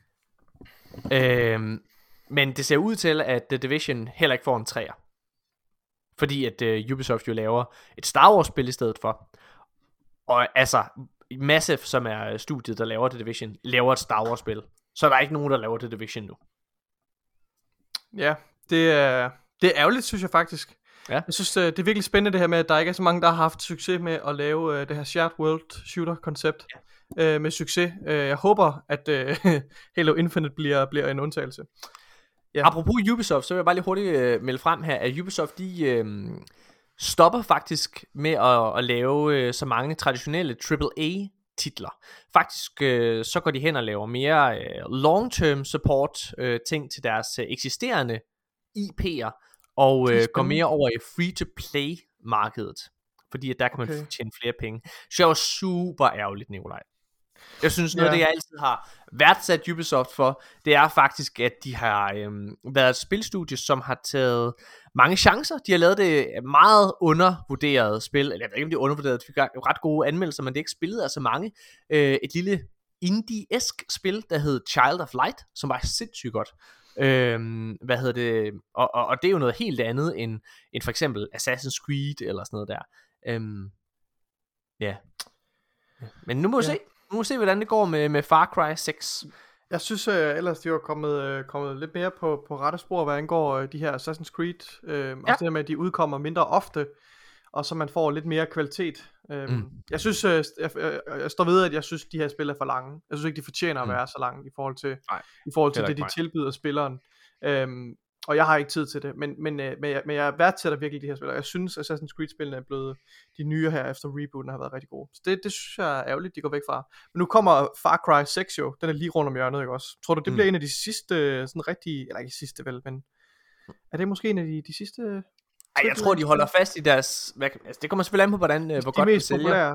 Men det ser ud til, at The Division heller ikke får en 3'er. Fordi at Ubisoft jo laver et Star Wars spil i stedet for. Og altså, Massive, som er studiet, der laver The Division, laver et Star Wars spil. Så der er ikke nogen, der laver The Division nu. Ja, det er ærgerligt, synes jeg faktisk. Ja. Jeg synes, det er virkelig spændende det her med, at der ikke er så mange, der har haft succes med at lave det her shared world shooter koncept med succes. Jeg håber, at Halo Infinite bliver en undtagelse. Ja. Apropos Ubisoft, så vil jeg bare lige hurtigt melde frem her, at Ubisoft de stopper faktisk med at lave så mange traditionelle AAA titler. Faktisk så går de hen og laver mere long-term support ting til deres eksisterende IP'er, og går mere over i free-to-play markedet, fordi at der kan man tjene flere penge. Så det var super ærgerligt, Nikolaj. Jeg synes noget af det, jeg altid har værdsat Ubisoft for, det er faktisk, at de har været et spilstudie, som har taget mange chancer. De har lavet det meget undervurderet spil, eller jeg ved ikke, om det er undervurderet, det fik ret gode anmeldelser, men det er ikke spillet af så mange. Et lille indie-esk spil, der hed Child of Light, som var sindssygt godt. Og det er jo noget helt andet end for eksempel Assassin's Creed eller sådan noget der. Men nu må vi se. Nu må vi se, hvordan det går med Far Cry 6. Jeg synes ellers, de var kommet lidt mere på rette spor, hvad angår de her Assassin's Creed. Også det her med, at de udkommer mindre ofte, og så man får lidt mere kvalitet. Jeg synes, jeg står ved, at jeg synes, de her spil er for lange. Jeg synes ikke, de fortjener at være så lange i forhold til det, de tilbyder spilleren. Og jeg har ikke tid til det, men jeg værdsætter virkelig de her spil. Jeg synes, Assassin's Creed-spillene er blevet de nye her efter rebooten har været rigtig gode. Så det synes jeg er ærgerligt, de går væk fra. Men nu kommer Far Cry 6 jo, den er lige rundt om hjørnet, ikke også? Tror du, det bliver en af de sidste, sådan rigtige, eller ikke sidste vel, men er det måske en af de sidste? Ej, jeg tror, de holder fast i deres, altså det kommer selvfølgelig an på, hvor godt de sælger.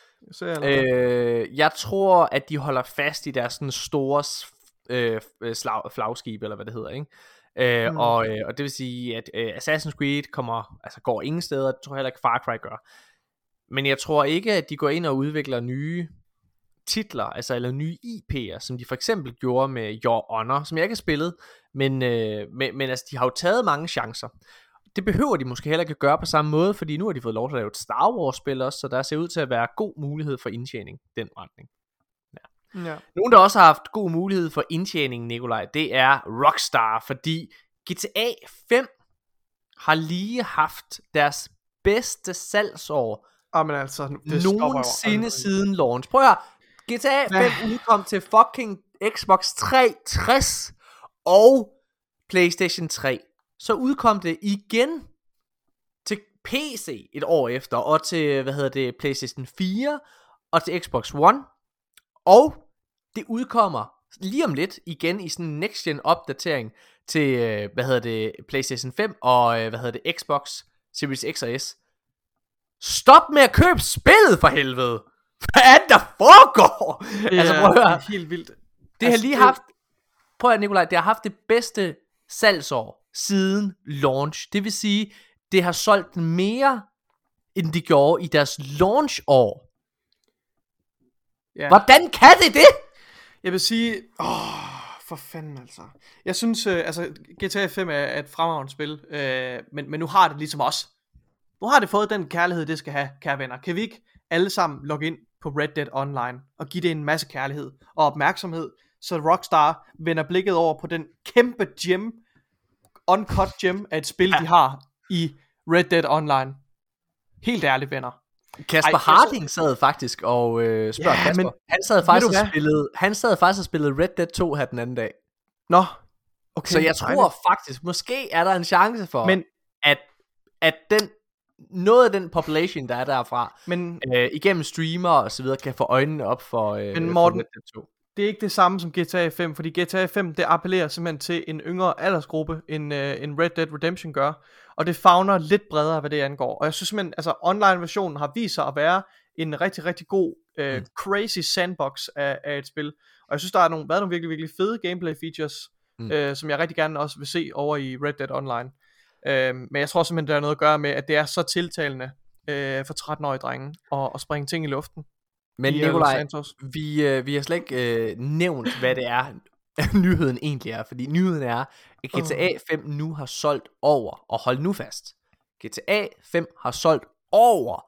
Jeg tror, at de holder fast i deres sådan store flagskib, eller hvad det hedder, ikke? Og det vil sige, at Assassin's Creed går ingen steder. Det tror jeg heller ikke Far Cry gør. Men jeg tror ikke, at de går ind og udvikler nye titler, altså eller nye IP'er, som de for eksempel gjorde med Your Honor, som jeg ikke har spillet, men altså de har jo taget mange chancer. Det behøver de måske heller ikke at gøre på samme måde, fordi nu har de fået lov til at lave et Star Wars spil også, så der ser ud til at være god mulighed for indtjening den retning. Ja. Nogen der også har haft god mulighed for indtjening, Nikolaj, det er Rockstar, fordi GTA 5 har lige haft deres bedste salgsår altså, nogensinde siden launch. Prøv at høre, GTA 5 udkom til fucking Xbox 360 og PlayStation 3. Så udkom det igen til PC et år efter, og til, PlayStation 4, og til Xbox One. Og det udkommer lige om lidt igen i sådan en next gen opdatering til PlayStation 5 og Xbox Series X og S. Stop med at købe spillet for helvede. Hvad er det der foregår? Prøv at høre. Det er helt vildt. Det har lige haft, prøv at Nikolaj, det har haft det bedste salgsår siden launch. Det vil sige, det har solgt mere end de gjorde i deres launch-år. Ja. Hvordan kan det? Jeg vil sige, for fanden altså. Jeg synes, GTA 5 er et fremragende spil, men nu har det ligesom os. Nu har det fået den kærlighed, det skal have, kære venner. Kan vi ikke alle sammen logge ind på Red Dead Online og give det en masse kærlighed og opmærksomhed, så Rockstar vender blikket over på den kæmpe gem, uncut gem af et spil, de har i Red Dead Online. Helt ærligt, venner. Kasper Harding sad faktisk og spørger Kasper. Men, han sad faktisk og spillede Red Dead 2 her den anden dag. Nå, okay. Så jeg tror faktisk, måske er der en chance for, at noget af den population, der er derfra, igennem streamer og så videre, kan få øjnene op for, men Morten, for Red Dead 2. Det er ikke det samme som GTA 5, fordi GTA 5, det appellerer simpelthen til en yngre aldersgruppe, end Red Dead Redemption gør, og det favner lidt bredere, hvad det angår. Og jeg synes simpelthen, altså online-versionen har vist sig at være en rigtig, rigtig god, crazy sandbox af et spil. Og jeg synes, der har været nogle virkelig, virkelig fede gameplay features, som jeg rigtig gerne også vil se over i Red Dead Online. Men jeg tror simpelthen, der er noget at gøre med, at det er så tiltalende for 13-årige drenge at springe ting i luften. Men Nikolaj, vi har slet ikke nævnt, hvad det er, nyheden egentlig er. Fordi nyheden er, at GTA 5 nu har solgt over, og hold nu fast, GTA 5 har solgt over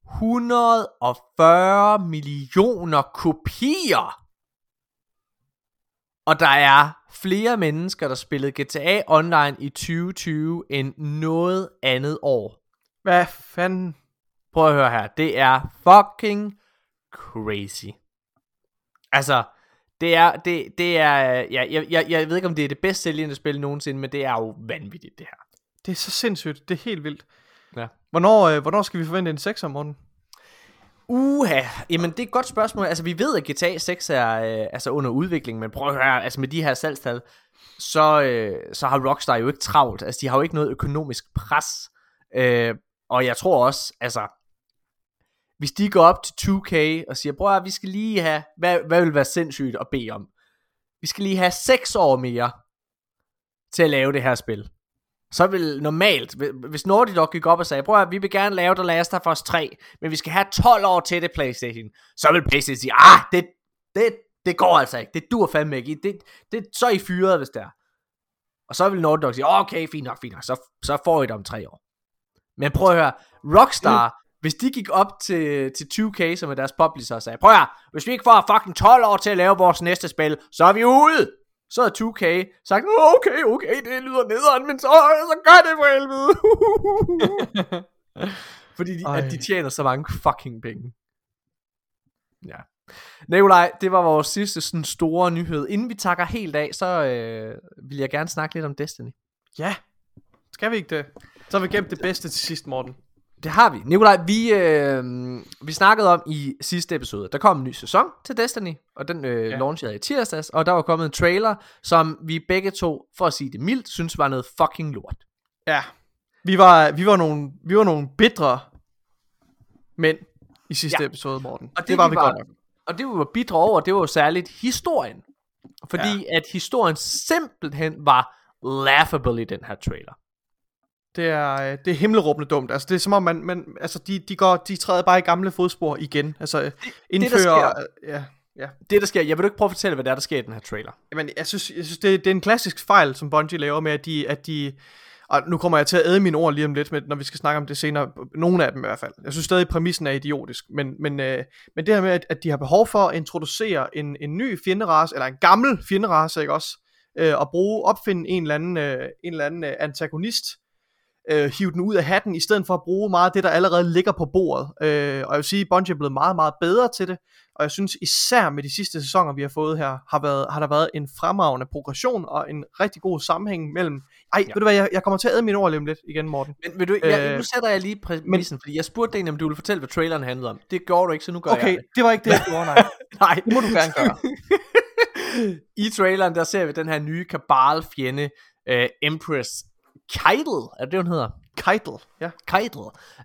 140 millioner kopier. Og der er flere mennesker, der spillede GTA Online i 2020 end noget andet år. Hvad fanden? Prøv at høre her. Det er fucking crazy. Altså, det er jeg ved ikke, om det er det bedst sælgende spil nogensinde, men det er jo vanvittigt, det her. Det er så sindssygt. Det er helt vildt. Ja. Hvornår skal vi forvente en 6'er, Morten? Jamen det er et godt spørgsmål. Altså vi ved, at GTA 6 er altså under udvikling, men prøv at høre, altså med de her salgstal, så har Rockstar jo ikke travlt. Altså de har jo ikke noget økonomisk pres. Og jeg tror også, altså hvis de går op til 2K og siger, prøv at vi skal lige have, hvad vil være sindssygt at bede om? Vi skal lige have 6 år mere til at lave det her spil. Så vil normalt, hvis Naughty Dog gik op og sagde, prøv at vi vil gerne lave The Last of Us 3, men vi skal have 12 år til det PlayStation, så vil PlayStation sige, det går altså ikke, det dur fandme ikke, så er I fyret, hvis det er. Og så vil Naughty Dog sige, okay, fint nok, så får I det om 3 år. Men prøv at høre, Rockstar, hvis de gik op til 2K, som er deres publisher, og sagde, prøv at høre, hvis vi ikke får fucking 12 år til at lave vores næste spil, så er vi ude. Så er 2K sagt, okay, det lyder nederen, men så gør det for helvede. Fordi at de tjener så mange fucking penge. Ja. Nikolaj, det var vores sidste sådan store nyhed. Inden vi takker helt af, så vil jeg gerne snakke lidt om Destiny. Ja, skal vi ikke det? Så har vi gemt det bedste til sidst, Morten. Det har vi. Nikolaj, vi snakkede om i sidste episode, der kom en ny sæson til Destiny, og den launchede i tirsdags, og der var kommet en trailer, som vi begge to, for at sige det mildt, synes var noget fucking lort. Ja, vi var nogle bitre mænd i sidste episode, Morten. Og det var vi godt nok. Og det vi var bitre over, det var jo særligt historien. Fordi at historien simpelthen var laughable i den her trailer. Det er himmelråbende dumt. Altså det er som om man altså de træder bare i gamle fodspor igen. Altså indfører det der sker. Jeg vil ikke prøve at fortælle, hvad der sker i den her trailer. Jamen jeg synes det er en klassisk fejl, som Bungie laver med at de og nu kommer jeg til at æde mine ord lige om lidt, når vi skal snakke om det senere. Nogle af dem i hvert fald. Jeg synes stadig præmissen er idiotisk, men det her med at de har behov for at introducere en ny fjenderace eller en gammel fjenderace, ikke også? Og opfinde en eller anden antagonist. Hive den ud af hatten, i stedet for at bruge meget af det, der allerede ligger på bordet. Og jeg vil sige, at Bungie er blevet meget, meget bedre til det. Og jeg synes især med de sidste sæsoner, vi har fået her, har der været en fremragende progression og en rigtig god sammenhæng mellem... Ved du hvad, jeg kommer til at æde mine ord lige om lidt igen, Morten. Men vil du, nu sætter jeg lige præmissen, fordi jeg spurgte dig, om du ville fortælle, hvad traileren handlede om. Det gjorde du ikke, så nu gør jeg det. Okay, det var ikke det, jeg gjorde, nej. Nej. Det må du gerne gøre. I traileren, der ser vi den her nye Kabal-fjende, Empress Keitel, er det hun hedder? Keitel, ja. Keitel.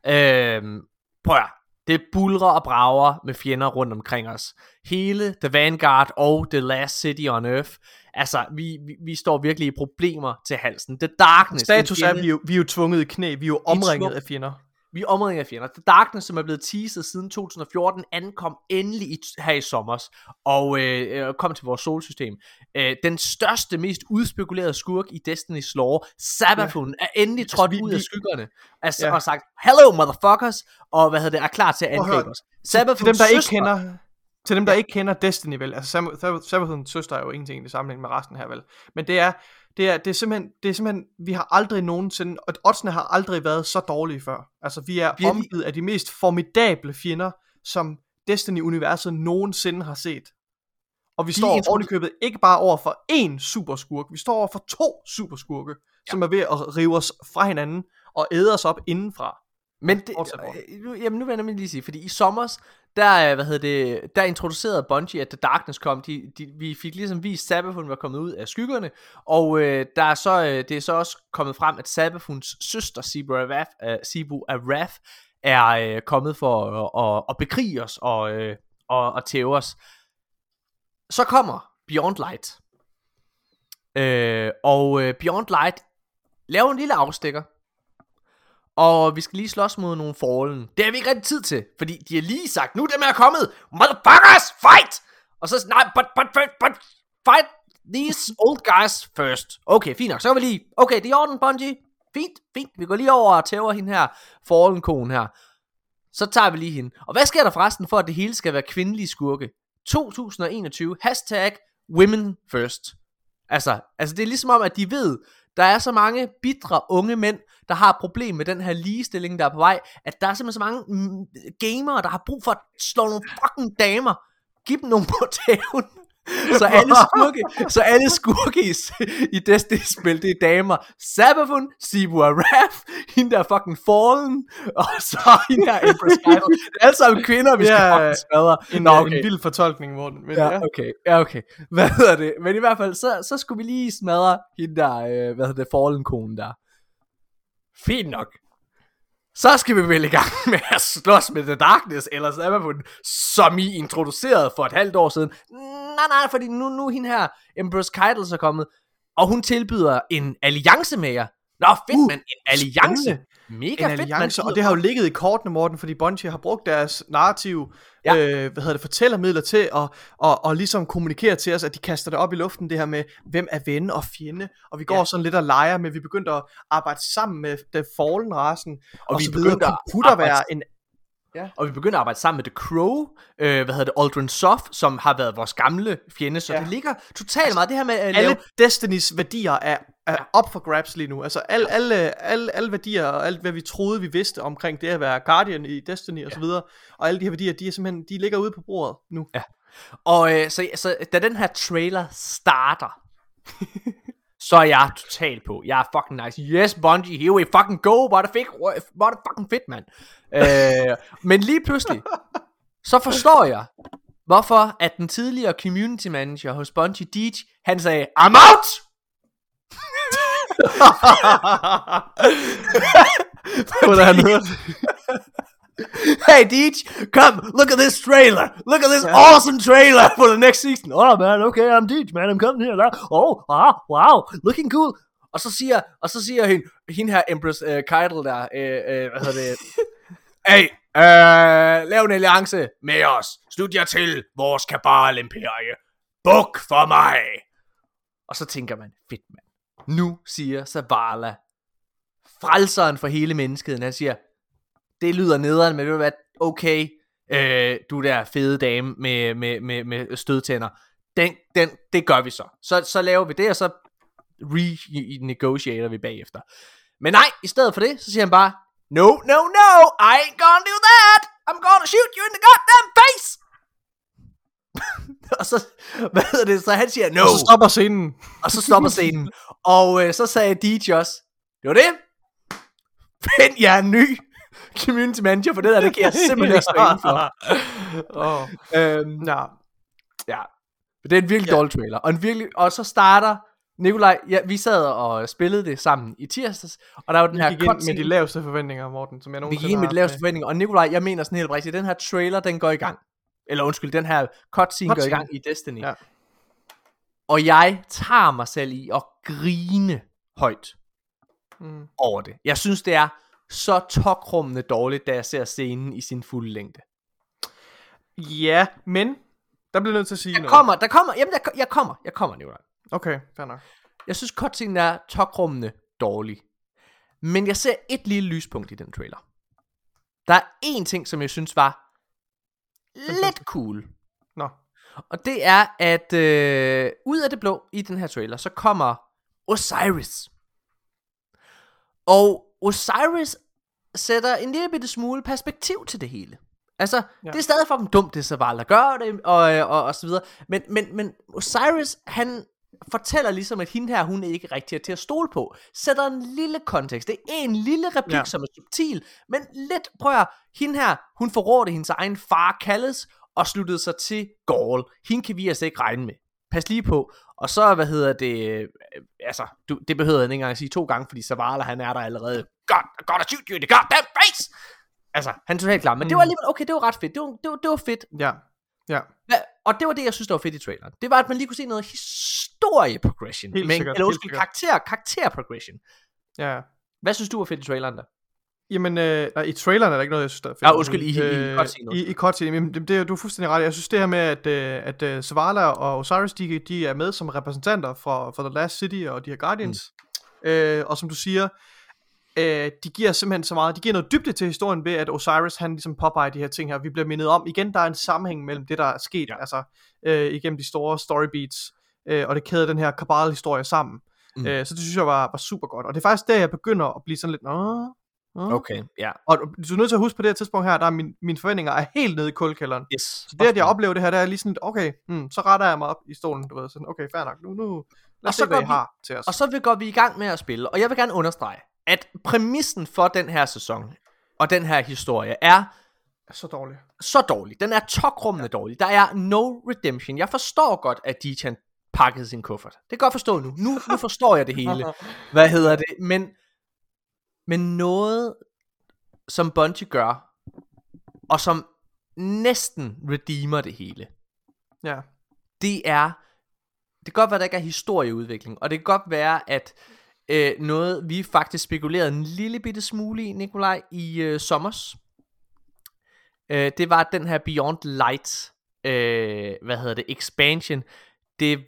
Prøv at det bulrer og brager med fjender rundt omkring os. Hele The Vanguard og The Last City on Earth. Altså, vi står virkelig i problemer til halsen. The Darkness. Status er, vi er jo tvunget i knæ. Vi er jo omringet af fjender. Vi er omringet af fjender. The Darkness, som er blevet teaset siden 2014, ankom endelig her i sommers, og kom til vores solsystem. Den største, mest udspekulerede skurk i Destiny's lore, Savathun, er endelig trådt ud af skyggerne, og sagt, hello motherfuckers, og er klar til at angribe os. Savathun Til dem, der ikke kender Destiny, vel, altså Sabathuns søster er jo ingenting i sammenhæng med resten her, vel, men det er simpelthen, vi har aldrig nogensinde, og oddsene har aldrig været så dårlige før. Altså, vi er omgivet af de mest formidable fjender, som Destiny-universet nogensinde har set. Og vi står ovenikøbet ikke bare over for én superskurk, vi står over for 2 superskurke, som er ved at rive os fra hinanden og æde os op indenfra. Men jamen nu vil jeg nemlig lige sige, fordi i sommers, der introducerede Bungie, at The Darkness kom. Vi fik ligesom vist, at Savathun var kommet ud af skyggerne, og det er så også kommet frem, at Sabathuns søster, Xivu Arath, er kommet for at bekrige os og tæve os. Så kommer Beyond Light. Beyond Light laver en lille afstikker. Og vi skal lige slås mod nogle Fallen. Det har vi ikke rigtig tid til, fordi de har lige sagt, nu er dem er kommet. Motherfuckers, fight! Og så nej, but fight these old guys first. Okay, fint nok, så kan vi lige, okay, det er orden, Bungie. Fint, vi går lige over og tæver hende her, Fallen-konen her. Så tager vi lige hende. Og hvad sker der forresten for, at det hele skal være kvindelige skurke? 2021, #women first. Altså det er ligesom om, at de ved, der er så mange bitre unge mænd, der har et problem med den her ligestilling, der er på vej, at der er simpelthen så mange gamere, der har brug for at slå nogle fucking damer. Giv dem nogle på tæven. Så alle skurke i Destiny-spil, det er damer. Savathun, Xivu Arath, hende der fucking Fallen, og så hende der Empress Kaido. Det er alle sammen kvinder, vi skal fucking smadre. En vild fortolkning, Morten. Men okay. Hvad hedder det? Men i hvert fald, så skulle vi lige smadre hende der, Fallen-konen der. Fint nok. Så skal vi vel i gang med at slås med The Darkness, eller Savathun, som I introducerede for et halvt år siden. Nej, fordi nu hende her, Empress Kaido, er kommet, og hun tilbyder en alliance med jer. Nå, fedt, men en alliance. Spændende. Mega en fedt, alliance, og det har jo ligget i kortene, Morten, fordi Bungie har brugt deres narrative fortællermidler til at ligesom kommunikere til os, at de kaster det op i luften, det her med, hvem er ven og fjende, og vi går sådan lidt og leger med, vi begyndte at arbejde sammen med The Fallen-rasen, og vi begyndte at være en... Ja. Og vi begynder at arbejde sammen med The Crow, Aldrin Soft, som har været vores gamle fjende, så det ligger totalt meget det her med at alle Destinys værdier er op for grabs lige nu. Altså alle værdier og alt hvad vi troede vi vidste omkring det at være Guardian i Destiny og så videre, og alle de her værdier, de er simpelthen, de ligger ude på bordet nu. Ja. Og så da den her trailer starter, så er jeg totalt på. Jeg er fucking nice. Yes, Bungie, here we fucking go. Hvor er det fucking fedt, mand. Men lige pludselig, så forstår jeg, hvorfor at den tidligere community manager hos Bungie, Deej, han sagde, I'm out! Hvordan han hørte. Hey Deej, come, look at this trailer. Look at this awesome trailer for the next season. Oh man, okay, I'm Deej, man, I'm coming here now. Oh, wow, looking cool. Og så siger hende her Empress Kaido der, hvad hedder det? Hey, lav en alliance med os. Slut jer til vores Kabal-imperie. Buk for mig. Og så tænker man, fedt mand. Nu siger Zavala, frelseren for hele menneskeheden, han siger, det lyder nederen, men det vil være okay, du der fede dame med stødtænder. Det gør vi så. Så laver vi det, og så renegotiater vi bagefter. Men nej, i stedet for det, så siger han bare, No, I ain't gonna do that. I'm gonna shoot you in the goddamn face. Og så, hvad hedder det, så han siger, no. Og så stopper scenen. Og så stopper scenen. Og så sagde Deej også, det var det. Find jer en ny community manager, for det der, det kan jeg simpelthen ikke stå inden for. Ja. Det er en virkelig dårlig trailer. Og så starter Nikolaj, vi sad og spillede det sammen i tirsdags, og der var den her med de laveste forventninger, Morten, som jeg nogensinde har. Vi gik med de laveste forventninger, og Nikolaj, jeg mener sådan helt rigtigt, den her trailer, den går i gang. Eller undskyld, den her cutscene går i gang i Destiny. Ja. Og jeg tager mig selv i at grine højt over det. Jeg synes, det er så tokrummende dårligt, da jeg ser scenen i sin fulde længde. Ja, men der bliver nødt til at sige Jeg kommer, Nicolaj. Okay, fair nok. Jeg synes, cutscenen er tokrummende dårlig. Men jeg ser et lille lyspunkt i den trailer. Der er en ting, som jeg synes var lidt cool. Nå. Og det er, at ud af det blå i den her trailer, så kommer Osiris. Og Osiris sætter en lille bitte smule perspektiv til det hele. Altså, det er stadig fucking dumt, det Zavala gør det, og så videre. Men Osiris, han fortæller ligesom, at hende her, hun er ikke rigtig til at stole på. Sætter en lille kontekst. Det er en lille replik, som er subtil, men lidt, prøv at hende her, hun forrådte hendes egen far, Callis, og sluttede sig til Gaul. Hende kan vi altså ikke regne med. Pas lige på. Og så, det behøver jeg ikke engang at sige 2 gange, fordi Zavala, han er der allerede. God, shoot you in the goddamn face! Altså, han er totalt klar. Men det var alligevel, okay, det var ret fedt. Det var fedt. Ja. Og det var det, jeg synes, der var fedt i traileren. Det var, at man lige kunne se noget historie-progression. Karakter-progression. Ja. Hvad synes du var fedt i traileren der? Jamen, i traileren er der ikke noget, jeg synes, der er fedt. Undskyld, i cutscene. Du er fuldstændig ret. Jeg synes det her med, at Zavala og Osiris, de er med som repræsentanter for The Last City og de her Guardians. Og som du siger, de giver simpelthen så meget, de giver noget dybde til historien ved, at Osiris, han ligesom påpeger de her ting her. Vi bliver mindet om, igen, der er en sammenhæng mellem det, der er sket, igennem de store storybeats, og det kæder den her Cabal-historie sammen. Så det synes jeg var super godt. Og det er faktisk der, jeg begynder at blive sådan lidt, okay, ja. Og du er nødt til at huske på det her tidspunkt her, der er mine forventninger er helt nede i kuldkælderen. Yes. Så det, at jeg oplever det her, der er lige sådan, okay, så retter jeg mig op i stolen, du ved, sådan, okay, fair nok, nu lad os se, hvad I har til os. Og så går vi i gang med at spille, og jeg vil gerne understrege, at præmissen for den her sæson, og den her historie, er så dårlig. Den er tokrummende dårlig. Der er no redemption. Jeg forstår godt, at Dichan pakkede sin kuffert. Det kan godt forstå nu. Nu forstår jeg det hele. Hvad hedder det? Men noget, som Bungie gør, og som næsten redeemer det hele, det kan godt være, der ikke er historieudvikling, og det kan godt være, at noget, vi faktisk spekulerede en lille bitte smule i, Nikolaj, i sommers, det var den her Beyond Light, expansion. Det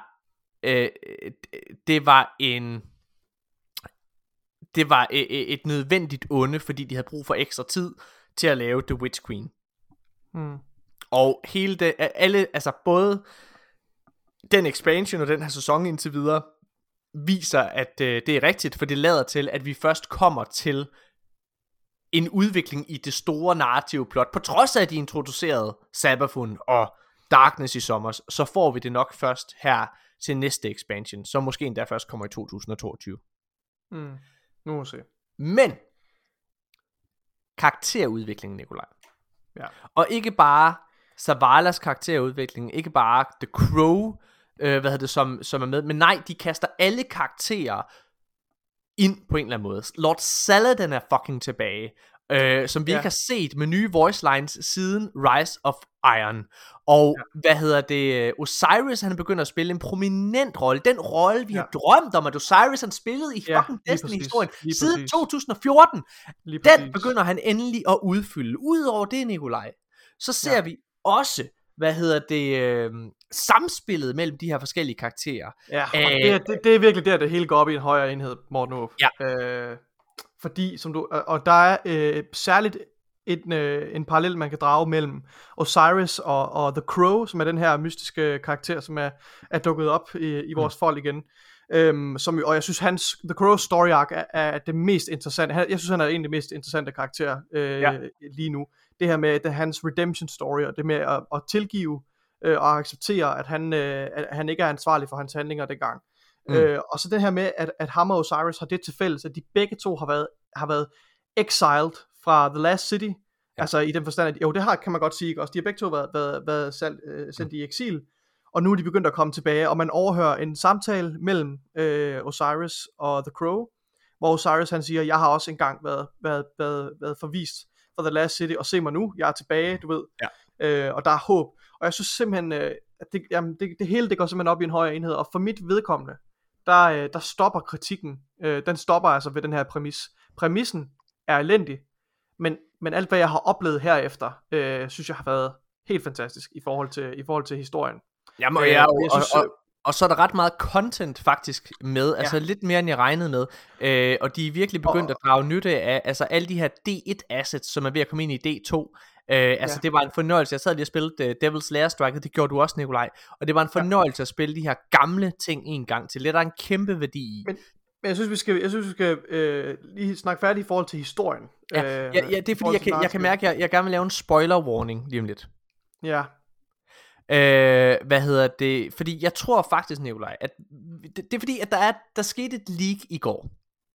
var et nødvendigt onde, fordi de havde brug for ekstra tid til at lave The Witch Queen. Og hele det, både den expansion og den her sæson indtil videre viser, at det er rigtigt, for det lader til, at vi først kommer til en udvikling i det store narrative plot. På trods af, at de introducerede Savathûn og Darkness i sommer, så får vi det nok først her til næste expansion, som måske endda først kommer i 2022. Nu må vi se. Men karakterudviklingen, Nikolaj. Ja. Og ikke bare Zavalas karakterudvikling, ikke bare The Crow, som er med, men nej, de kaster alle karakterer ind på en eller anden måde. Lord Saladin er fucking tilbage, som vi ikke har set med nye voice lines siden Rise of Iron. Og Osiris, han begynder at spille en prominent rolle. Den rolle, vi har drømt om, at Osiris han spillede i fucking Destiny-historien siden 2014. Den begynder han endelig at udfylde. Udover det, Nikolaj, så ser vi også samspillet mellem de her forskellige karakterer. Ja, det er virkelig der, det hele går op i en højere enhed, Morten Aarup. Fordi, og der er særligt en parallel, man kan drage mellem Osiris og The Crow, som er den her mystiske karakter, som er dukket op i vores folk igen. Og jeg synes, The Crow story arc er det mest interessante. Jeg synes, han er en af de mest interessante karakterer lige nu. Det her med hans redemption story, og det med at tilgive og acceptere, at han ikke er ansvarlig for hans handlinger dengang. Og så det her med, at ham og Osiris har det til fælles, at de begge to har været exiled fra The Last City. Altså i den forstand, at kan man godt sige, ikke? Også de har begge to været sendt i eksil, og nu er de begyndt at komme tilbage, og man overhører en samtale mellem Osiris og The Crow, hvor Osiris han siger, jeg har også engang været forvist fra The Last City, og se mig nu, jeg er tilbage, du ved, og der er håb. Og jeg synes simpelthen, at det hele det går simpelthen op i en højere enhed, og for mit vedkommende, der stopper kritikken, den stopper altså ved den her præmis. Præmissen er elendig, men alt hvad jeg har oplevet herefter, synes jeg har været helt fantastisk i forhold til historien. Jamen, jeg og, synes, og så er der ret meget content faktisk med, altså lidt mere end jeg regnede med, og de er virkelig begyndt at drage nytte af, altså alle de her D1 assets, som er ved at komme ind i D2. Altså det var en fornøjelse. Jeg sad lige og spillede Devil's Lair Strike, det gjorde du også, Nikolaj, og det var en fornøjelse at spille de her gamle ting en gang til. Det er der en kæmpe værdi i. Men jeg synes vi skal lige snakke færdigt i forhold til historien. Ja, det er fordi jeg kan mærke at jeg gerne vil lave en spoiler warning lige om lidt. Ja. Hvad hedder det? Fordi jeg tror faktisk, Nikolaj, at det er fordi at der skete et leak i går.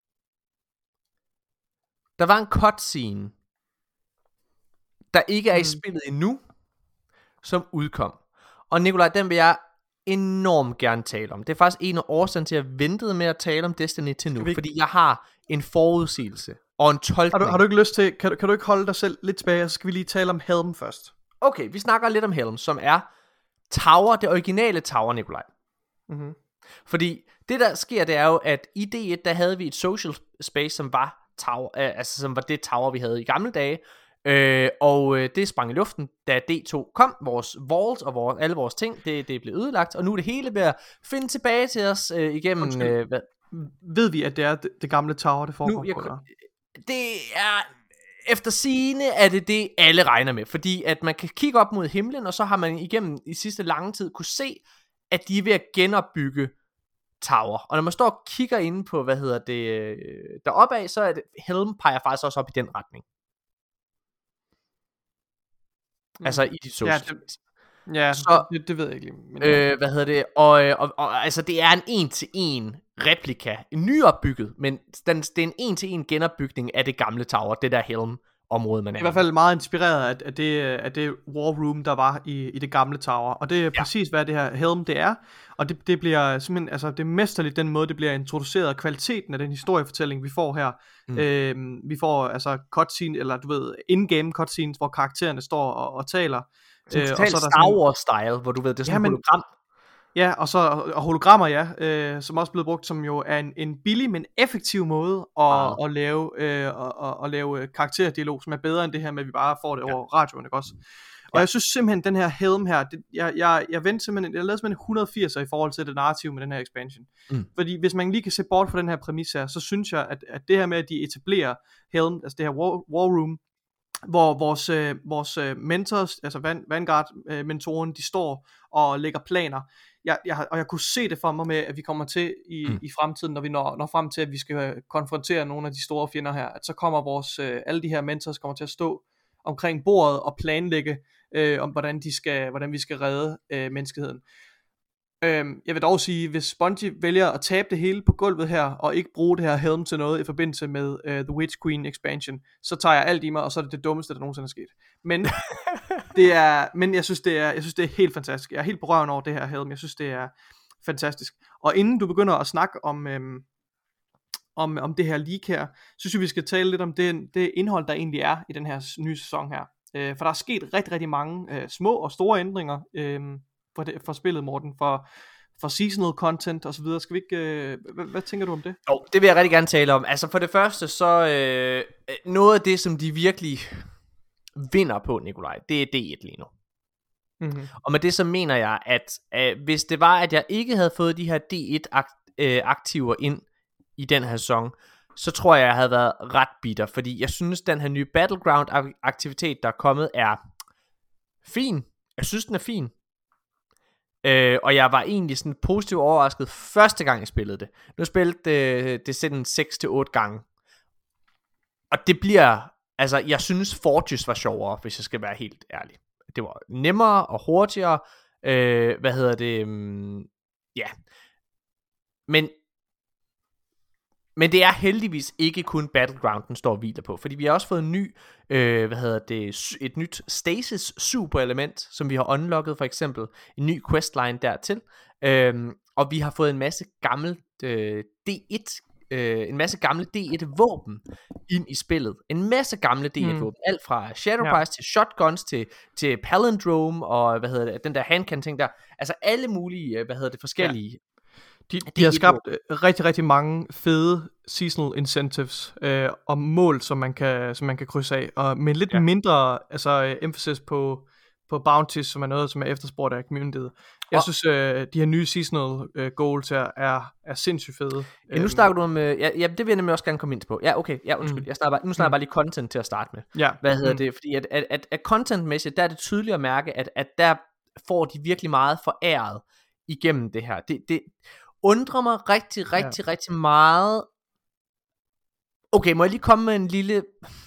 Der var en cutscene, der ikke er i spillet endnu, som udkom. Og Nikolaj, den vil jeg enormt gerne tale om. Det er faktisk en af årsagen til at jeg ventede med at tale om Destiny til nu, fordi jeg har en forudsigelse og en tolkning. Har du ikke lyst til, kan du ikke holde dig selv lidt tilbage, så skal vi lige tale om Helm først. Okay, vi snakker lidt om Helm, som er Tower, det originale Tower, Nikolaj. Mm-hmm. Fordi det der sker, det er jo, at i D1, der havde vi et social space, som var Tower, altså som var det Tower, vi havde i gamle dage. Og det sprang i luften, da D2 kom. Vores vault og alle vores ting, det blev ødelagt. Og nu er det hele ved at finde tilbage til os igennem... Ved vi, at det er det gamle Tower, det foregår på? Det er... Efter sigende er det alle regner med. Fordi at man kan kigge op mod himlen, og så har man igennem i sidste lange tid kunne se, at de er ved at genopbygge Tower. Og når man står og kigger inde på, deroppe af, så er det, Helm peger faktisk også op i den retning. Altså i de social. Ja, så, det ved jeg ikke lige. Men og altså det er en 1-til-1 replika, en nyopbygget, men det er en 1-til-1 genopbygning af det gamle Tower, det der Helm område, man er. I hvert fald meget inspireret af det war room, der var i det gamle Tower, og det er præcis hvad det her Helm det er, og det bliver simpelthen, altså det er mesterligt den måde det bliver introduceret, kvaliteten af den historiefortælling vi får her. Vi får altså cutscene, eller du ved in-game cutscenes, hvor karaktererne står og taler. Sådan og så Star Wars style, hvor du ved det er sådan en hologram. Ja, og hologrammer, som også er blevet brugt som jo er en billig, men effektiv måde at lave karakterdialog, som er bedre end det her med, at vi bare får det over radioen, ikke også? Og jeg synes simpelthen, den her Helm her, jeg lavede simpelthen 180'er i forhold til det narrativ med den her expansion. Fordi hvis man lige kan se bort fra den her præmis her, så synes jeg, at det her med, at de etablerer Helm, altså det her war room, hvor vores mentors, altså Vanguard-mentoren, de står og lægger planer. Jeg kunne se det for mig med, at vi kommer til i fremtiden, når vi når frem til, at vi skal konfrontere nogle af de store fjender her, at så kommer vores, alle de her mentors kommer til at stå omkring bordet og planlægge om, hvordan vi skal redde menneskeheden. Jeg vil dog sige, hvis Bungie vælger at tabe det hele på gulvet her, og ikke bruge det her Helm til noget i forbindelse med The Witch Queen expansion, så tager jeg alt i mig, og så er det dummeste, der nogensinde er sket. Men jeg synes det er helt fantastisk. Jeg er helt på røven over det her Helm. Jeg synes det er fantastisk. Og inden du begynder at snakke om det her leak her, synes jeg vi skal tale lidt om det indhold der egentlig er i den her nye sæson her. For der er sket rigtig, rigtig mange små og store ændringer for spillet, Morten, for seasonal content og så videre. Skal vi ikke, hvad tænker du om det? Jo, det vil jeg rigtig gerne tale om. Altså for det første, så noget af det, som de virkelig vinder på, Nikolaj, det er D1 lige nu. Mm-hmm. Og med det så mener jeg, at hvis det var, at jeg ikke havde fået de her D1-aktiver ind i den her sæson, så tror jeg havde været ret bitter, fordi jeg synes, den her nye Battleground-aktivitet, der er kommet, er fin. Jeg synes, den er fin. Og jeg var egentlig sådan positivt overrasket første gang jeg spillede det. Nu spillede det sådan 6-8 gange. Og det bliver, altså jeg synes Fortress var sjovere, hvis jeg skal være helt ærlig. Det var nemmere og hurtigere. Ja. Men det er heldigvis ikke kun Battleground, den står og hviler på. Fordi vi har også fået en ny, et nyt Stasis super element, som vi har unlocket for eksempel. En ny questline dertil. Og vi har fået en masse gammel D1 våben ind i spillet. En masse gamle D1 våben. Alt fra Shadowprice til shotguns til palindrome og den der handcan ting der. Altså alle mulige, forskellige. De har skabt rigtig, rigtig mange fede seasonal incentives og mål, som man kan krydse af, og med lidt mindre emphasis på bounties, som er noget, som er efterspurgt af communityet. Jeg synes, de her nye seasonal goals er sindssygt fede. Ja, nu snakker du om, ja, det vil jeg nemlig også gerne komme ind på. Ja, okay, ja, undskyld. Nu snakker jeg bare lige content til at starte med. Ja. Hvad hedder det? Fordi at content-mæssigt, der er det tydeligt at mærke, at der får de virkelig meget foræret igennem det her. Det undrer mig rigtig meget. Okay, må jeg lige komme med en lille...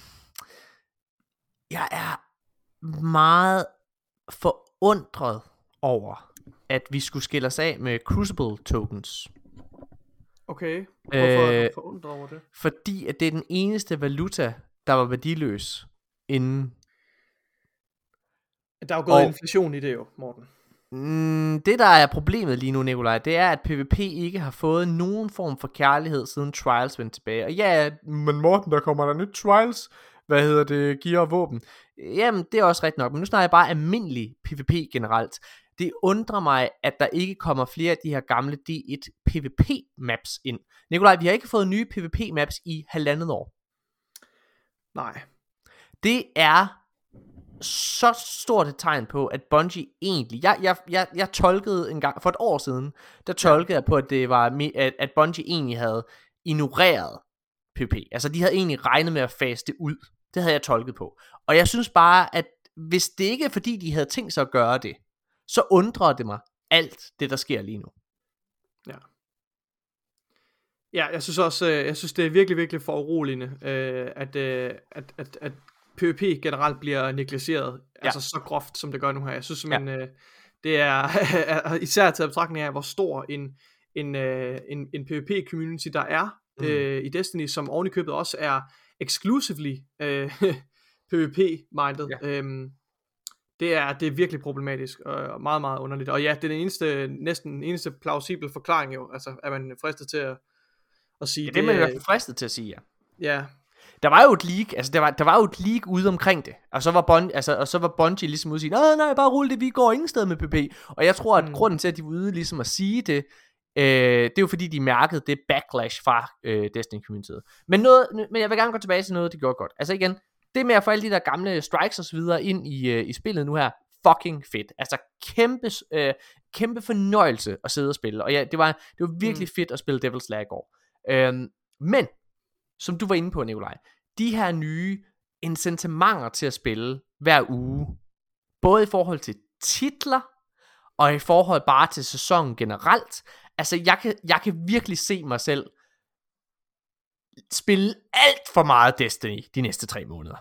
Jeg er meget forundret over, at vi skulle skille os af med Crucible tokens. Okay, hvorfor er du forundret over det? Fordi at det er den eneste valuta, der var værdiløs inden. Der er jo gået inflation i det jo, Morten. Det der er problemet lige nu, Nikolaj, det er at PvP ikke har fået nogen form for kærlighed siden Trials vendte tilbage. Og ja, men Morten, der kommer der nyt Trials. Hvad hedder det? Gear og våben. Jamen, det er også rigtigt nok. Men nu snakker jeg bare almindelig PvP generelt. Det undrer mig, at der ikke kommer flere af de her gamle D1 PvP maps ind. Nikolaj, vi har ikke fået nye PvP maps i 1,5 år. Nej. Det er så stort et tegn på, at Bungie egentlig... Jeg tolkede en gang, for et år siden, der tolkede jeg på, at det var, at Bungie egentlig havde ignoreret PvP. Altså, de havde egentlig regnet med at fase det ud. Det havde jeg tolket på. Og jeg synes bare, at hvis det ikke er fordi, de havde tænkt sig at gøre det, så undrer det mig alt det, der sker lige nu. Ja. Ja, jeg synes også, det er virkelig, virkelig for uroligende, at PvP generelt bliver negligeret, altså så groft, som det gør nu her. Jeg synes simpelthen, det er især til betragtning af, hvor stor en PvP-community der er i Destiny, som ovenikøbet også er exclusively PvP-minded. Det er virkelig problematisk og meget, meget underligt. Og ja, det er næsten den eneste plausible forklaring jo, altså er man fristet til at sige. Ja, det er man i hvert fald fristet til at sige, ja. Der var jo et leak, altså der var jo et leak ude omkring det. Og så var Bungie ligesom ude og sige, nej, bare rulle det, vi går ingen sted med PvP. Og jeg tror, at grunden til, at de var ude ligesom at sige det, det er jo fordi, de mærkede det backlash fra Destiny-communityet. Men jeg vil gerne gå tilbage til noget, de gjorde godt. Altså igen, det med at få alle de der gamle strikes og så videre ind i spillet nu her, fucking fedt. Altså kæmpe fornøjelse at sidde og spille. Og ja, det var virkelig fedt at spille Devil's Lair i går. Men som du var inde på, Nikolaj, de her nye incitamenter til at spille hver uge, både i forhold til titler og i forhold bare til sæsonen generelt. Altså jeg kan virkelig se mig selv spille alt for meget Destiny de næste 3 måneder.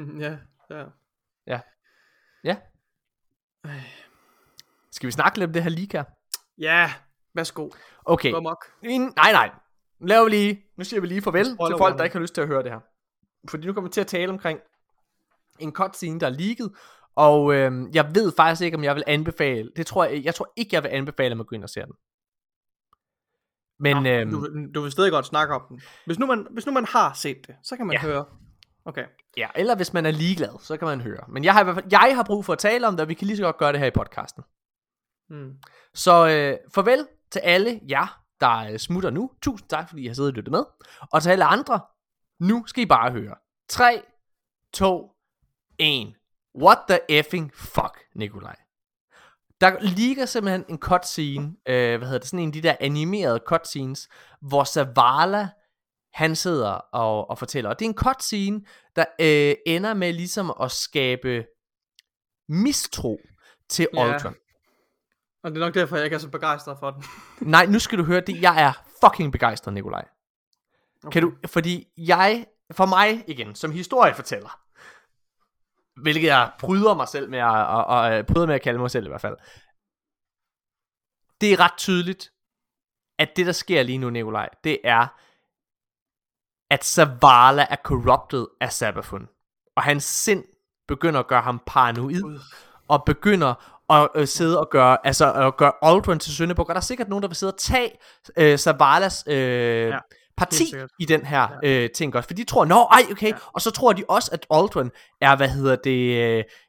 Ja. Skal vi snakke lidt om det her leak her? Ja, værsgo. Okay. Nej. Nu siger vi lige farvel til folk, der ikke har lyst til at høre det her. Fordi nu kommer vi til at tale omkring en cutscene, der er leaget. Og jeg ved faktisk ikke, om jeg vil anbefale. Jeg tror ikke, jeg vil anbefale, at man går ind og ser den. Men du vil stadig godt snakke om den. Hvis nu man har set det, så kan man høre. Okay. Ja, eller hvis man er ligeglad, så kan man høre. Men jeg har brug for at tale om det, og vi kan lige så godt gøre det her i podcasten. Så farvel til alle jer, der smutter nu. Tusind tak, fordi I har siddet og lyttet med. Og til alle andre, nu skal I bare høre. 3, 2, 1. What the effing fuck, Nikolaj. Der ligger simpelthen en cutscene, sådan en af de der animerede cutscenes, hvor Zavala, han sidder og fortæller. Og det er en cutscene, der ender med ligesom at skabe mistro til Ultron. Og det er nok derfor, jeg ikke er så begejstret for den. Nej, nu skal du høre det. Jeg er fucking begejstret, Nikolaj. Okay. Fordi for mig igen, som historiefortæller, hvilket jeg bryder mig selv med at kalde mig selv i hvert fald, det er ret tydeligt, at det der sker lige nu, Nikolaj, det er, at Zavala er corrupted af Savathun. Og hans sind begynder at gøre ham paranoid, og begynder at sidde og gøre Ultron til syndebuk. Og der er sikkert nogen, der vil sidde og tage Zavalas parti i den her ting også. For de tror, okay. Og så tror de også, at Ultron er,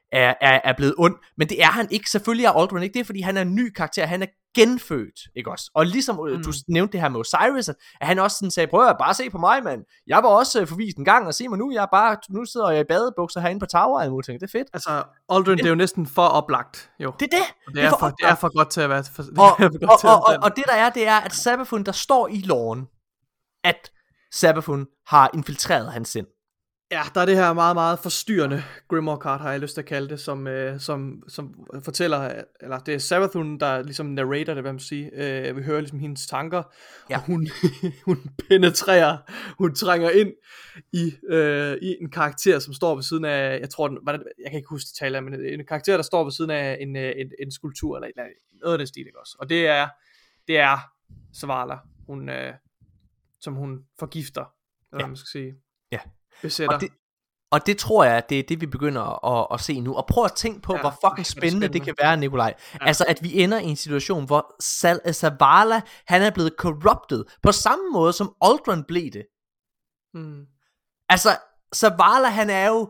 er blevet ond, men det er han ikke. Selvfølgelig er Aldrin ikke det, fordi han er en ny karakter, han er genfødt, ikke også? Og ligesom du nævnte det her med Osiris, at han også sådan sagde, prøv at bare se på mig, mand. Jeg var også forvist en gang, og se mig nu, nu sidder jeg i badebukser herinde på Tower, og det er fedt. Altså, Aldrin, det er jo næsten for oplagt, jo. Det er det. Det er for godt til at være. Og det der er, det er, at Savathun, der står i loven, at Savathun har infiltreret hans sind. Ja, der er det her meget, meget forstyrrende Grimoire card, har jeg lyst til at kalde det, som fortæller, eller det er Savathun, der ligesom narrator det, hvad man siger. Vi hører ligesom hendes tanker, og hun penetrerer, hun trænger ind i en karakter, som står ved siden af, jeg kan ikke huske detaljer, men en karakter, der står ved siden af en skulptur, eller noget af det stil, ikke også? Og det er Zavala, som hun forgifter, eller hvad man skal sige. Ja. Og det tror jeg, det er det, vi begynder at se nu. Og prøv at tænke på, hvor fucking spændende det kan være, Nikolaj. Ja. Altså, at vi ender i en situation, hvor Zavala, han er blevet corrupted, på samme måde som Aldrin blev det. Altså, Zavala, han er jo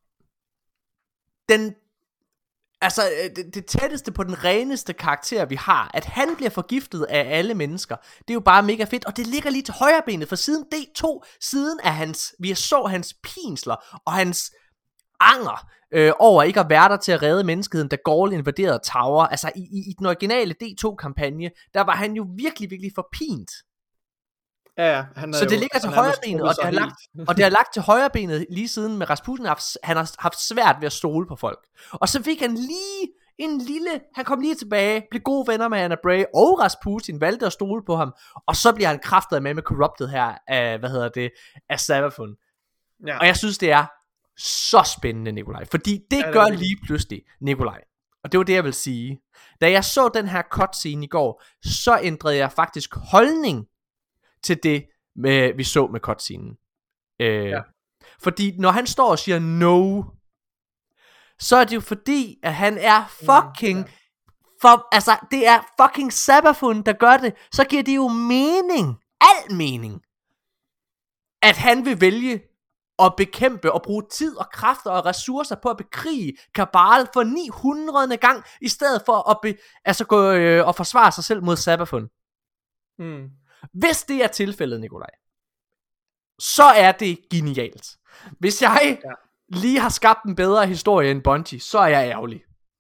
det tætteste på den reneste karakter vi har. At han bliver forgiftet af alle mennesker, det er jo bare mega fedt. Og det ligger lige til højre benet, for siden D2, siden af vi så hans pinsler og hans anger over ikke at være der til at redde menneskeheden, da Gaul invaderede Tower. Altså i den originale D2 kampagne, der var han jo virkelig, virkelig forpint. Ja, så det ligger til højre benet, og det har lagt til højre benet lige siden med Rasputin. Han har haft svært ved at stole på folk. Og så fik han lige han kom lige tilbage, blev gode venner med Anna Bray, og Rasputin valgte at stole på ham. Og så bliver han kraftet med corrupted her af, af Savathun. Ja. Og jeg synes, det er så spændende, Nikolaj. Fordi det gør lige pludselig, Nikolaj. Og det var det, jeg vil sige. Da jeg så den her cutscene i går, så ændrede jeg faktisk holdning til det, vi så med cutscenen. Fordi når han står og siger no, så er det jo fordi, at han er fucking altså det er fucking Savathun, der gør det. Så giver det jo mening, al mening, at han vil vælge at bekæmpe og bruge tid og kræfter og ressourcer på at bekrige Cabal for 900. gang, i stedet for at gå og forsvare sig selv mod Savathun. Hvis det er tilfældet, Nikolaj, så er det genialt. Hvis jeg lige har skabt en bedre historie end Bungie, så er jeg ærgerlig.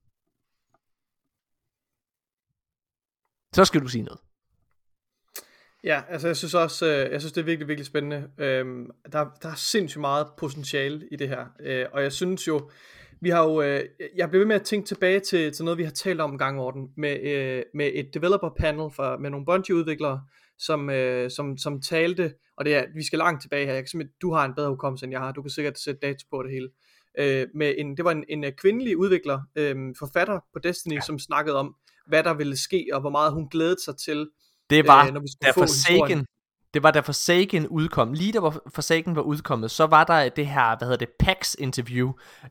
Så skal du sige noget. Ja, altså jeg synes også, det er virkelig, virkelig spændende. Der er sindssygt meget potentiale i det her. Og jeg synes jo, vi har jo, jeg bliver ved med at tænke tilbage til noget, vi har talt om en gang, Morten, med et developer panel med nogle Bungie-udviklere, som talte, og det er, vi skal langt tilbage her, jeg kan simpelthen, du har en bedre hukommelse end jeg har, du kan sikkert sætte dato på det hele, det var en kvindelig udvikler, forfatter på Destiny, som snakkede om, hvad der ville ske, og hvor meget hun glædede sig til, det var når vi skulle få Forsaken. Det var da Forsaken udkom. Lige da Forsaken var udkommet, så var der det her, PAX interview,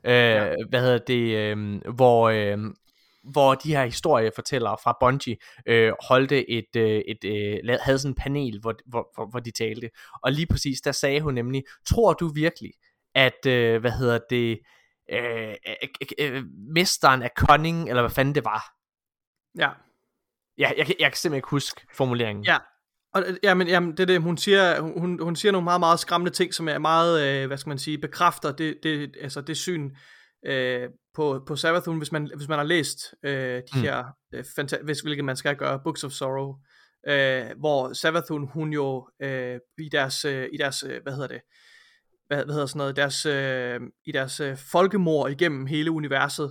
hvor de her historiefortællere fra Bungie holdte havde sådan en panel, hvor de talte. Og lige præcis, der sagde hun nemlig, tror du virkelig, at mesteren af Cunning, eller hvad fanden det var? Ja. Ja, jeg kan simpelthen ikke huske formuleringen. Ja. Og jamen det er det, hun siger nogle meget, meget skræmmende ting, som er meget, hvad skal man sige, bekræfter det syn på Savathun, hvis man har læst de her, hvilket man skal gøre, Books of Sorrow, hvor Savathun, hun jo i deres i deres folkemord igennem hele universet,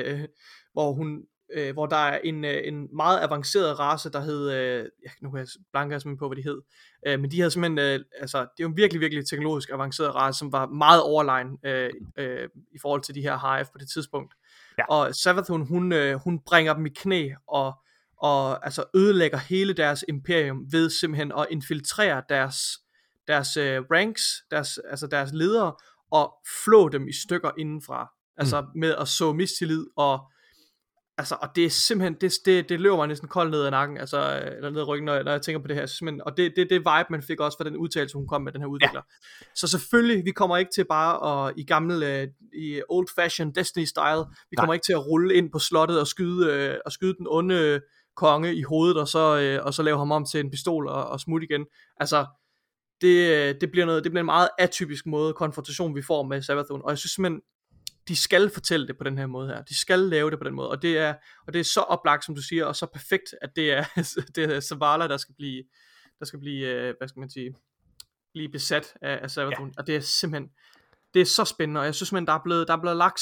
hvor der er en meget avanceret race, der hed, nu kan jeg blanke simpelthen på, hvad de hed, men de havde simpelthen, det er jo en virkelig, virkelig teknologisk avanceret race, som var meget overlegen i forhold til de her Hive på det tidspunkt. Ja. Og Savathun, hun bringer dem i knæ, og altså ødelægger hele deres imperium, ved simpelthen at infiltrere deres ranks, deres ledere, og flå dem i stykker indenfra, altså med at så mistillid, og Altså, og det er simpelthen, det løber mig næsten koldt ned ad nakken, altså, eller ned ad ryggen, når jeg tænker på det her, og det vibe, man fik også fra den udtalelse, hun kom med, den her udvikler. Ja. Så selvfølgelig, vi kommer ikke til bare at, i old-fashioned Destiny-style, vi kommer ikke til at rulle ind på slottet og skyde den onde konge i hovedet, og så lave ham om til en pistol og smutte igen. Altså, det bliver en meget atypisk måde, konfrontation vi får med Savathun, og jeg synes simpelthen, de skal fortælle det på den her måde her. De skal lave det på den måde, og det er så oplagt, som du siger, og så perfekt, at det er Zavala, der skal blive, hvad skal man sige, blive besat af Savathun, ja. Og det er simpelthen, det er så spændende, og jeg synes simpelthen, der er blevet lagt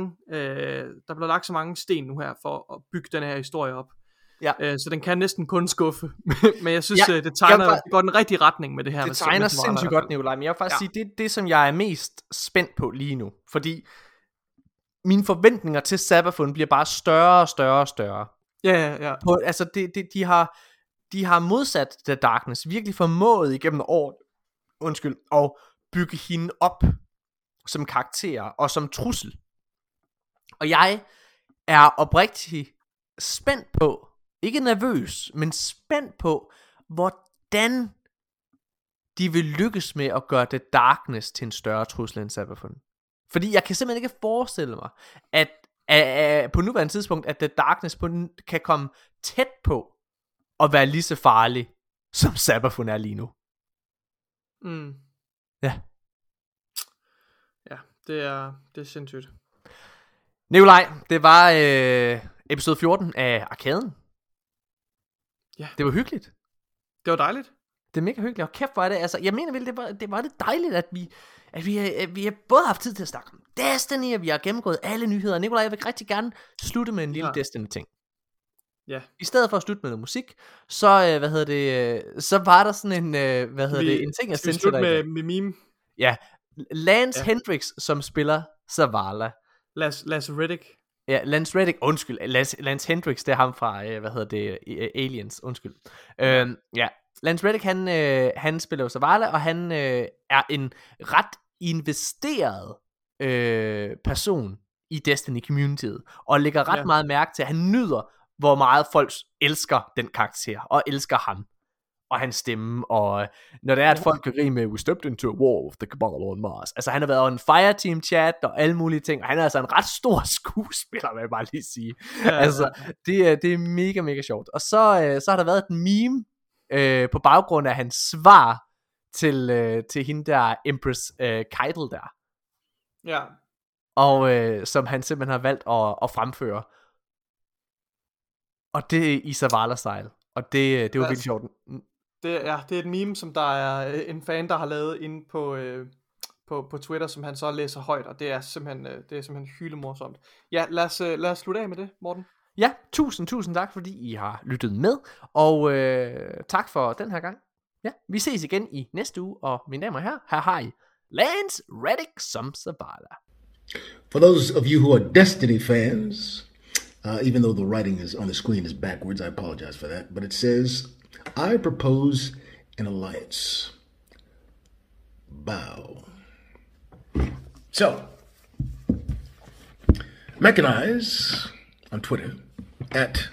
så mange sten nu her, for at bygge den her historie op. Ja. Så den kan næsten kun skuffe. Men jeg synes, det går den rigtige retning med det her. Det tegner sindssygt godt, Nikolaj. Men jeg vil faktisk sige, det som jeg er mest spændt på lige nu. Fordi mine forventninger til Savathun bliver bare større og større og større. Ja. Altså, de har modsat The Darkness virkelig formået igennem år, at bygge hende op som karakter og som trussel. Og jeg er oprigtigt spændt på, ikke nervøs, men spændt på, hvordan de vil lykkes med at gøre The Darkness til en større trussel end Savathun. Fordi jeg kan simpelthen ikke forestille mig, at på nuværende tidspunkt, at The Darkness kan komme tæt på at være lige så farlig, som Savathun er lige nu. Mm. Ja. Ja, det er sindssygt. Nikolaj, det var episode 14 af Arkaden. Ja. Det var hyggeligt. Det var dejligt. Det er mega hyggeligt, og kæft hvor er det, altså, jeg mener vel, det var det dejligt, at vi har både haft tid til at snakke om Destiny, og vi har gennemgået alle nyheder. Nikolaj, jeg vil rigtig gerne slutte med en lille Destiny-ting. Ja. I stedet for at slutte med noget musik, så, så var der sådan en, en ting, jeg sendte til dig. Slutte med meme. Ja, Lance Hendricks, som spiller Zavala. Lance Reddick. Ja, Lance Reddick, undskyld, Lance Hendricks, det er ham fra, Aliens, undskyld. Ja, Lance Reddick, han spiller jo Zavala, og han er en ret investeret person i Destiny communityet, og lægger ret meget mærke til, at han nyder, hvor meget folk elsker den karakter, og elsker ham, og hans stemme, og når det er, at folk kan rige med, we stepped into a war with the Cabal on Mars. Altså, han har været en Fireteam chat, og alle mulige ting, og han er altså en ret stor skuespiller, vil jeg bare lige sige. Det er mega, mega sjovt. Og så har der været et meme, på baggrund af hans svar til hende der Empress Keitel der. Ja. Og som han simpelthen har valgt at fremføre. Og det er i Zavala-style. Og det var virkelig sjovt. Det er et meme, som der er en fan, der har lavet inde på Twitter, som han så læser højt, og det er simpelthen hylemorsomt. Ja, lad os slutte af med det, Morten. Ja, tusind tak, fordi I har lyttet med, og tak for den her gang. Ja, vi ses igen i næste uge, og mine damer og herrer, her har I Lance Reddick som Zavala. For those of you who are Destiny fans, even though the writing is on the screen is backwards, I apologize for that, but it says, I propose an alliance. Bow. So, Mechanize on Twitter at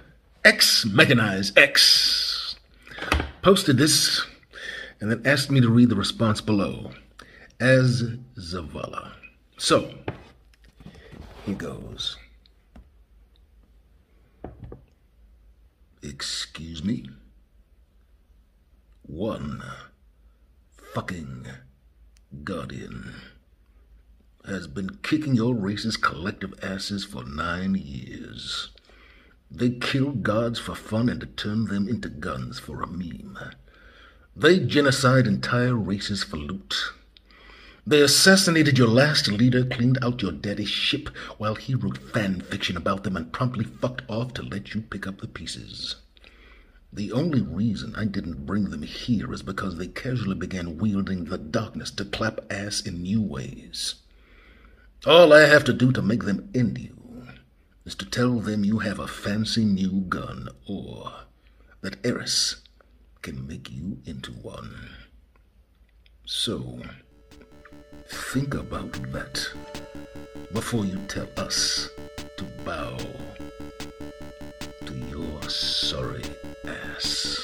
XMechanizeX posted this and then asked me to read the response below as Zavala. So, here goes. Excuse me? One fucking Guardian has been kicking your race's collective asses for 9 years. They killed gods for fun and turned them into guns for a meme. They genocide entire races for loot. They assassinated your last leader, cleaned out your daddy's ship, while he wrote fan fiction about them and promptly fucked off to let you pick up the pieces. The only reason I didn't bring them here is because they casually began wielding the darkness to clap ass in new ways. All I have to do to make them end you is to tell them you have a fancy new gun, or that Eris can make you into one. So, think about that before you tell us to bow. sorry ass.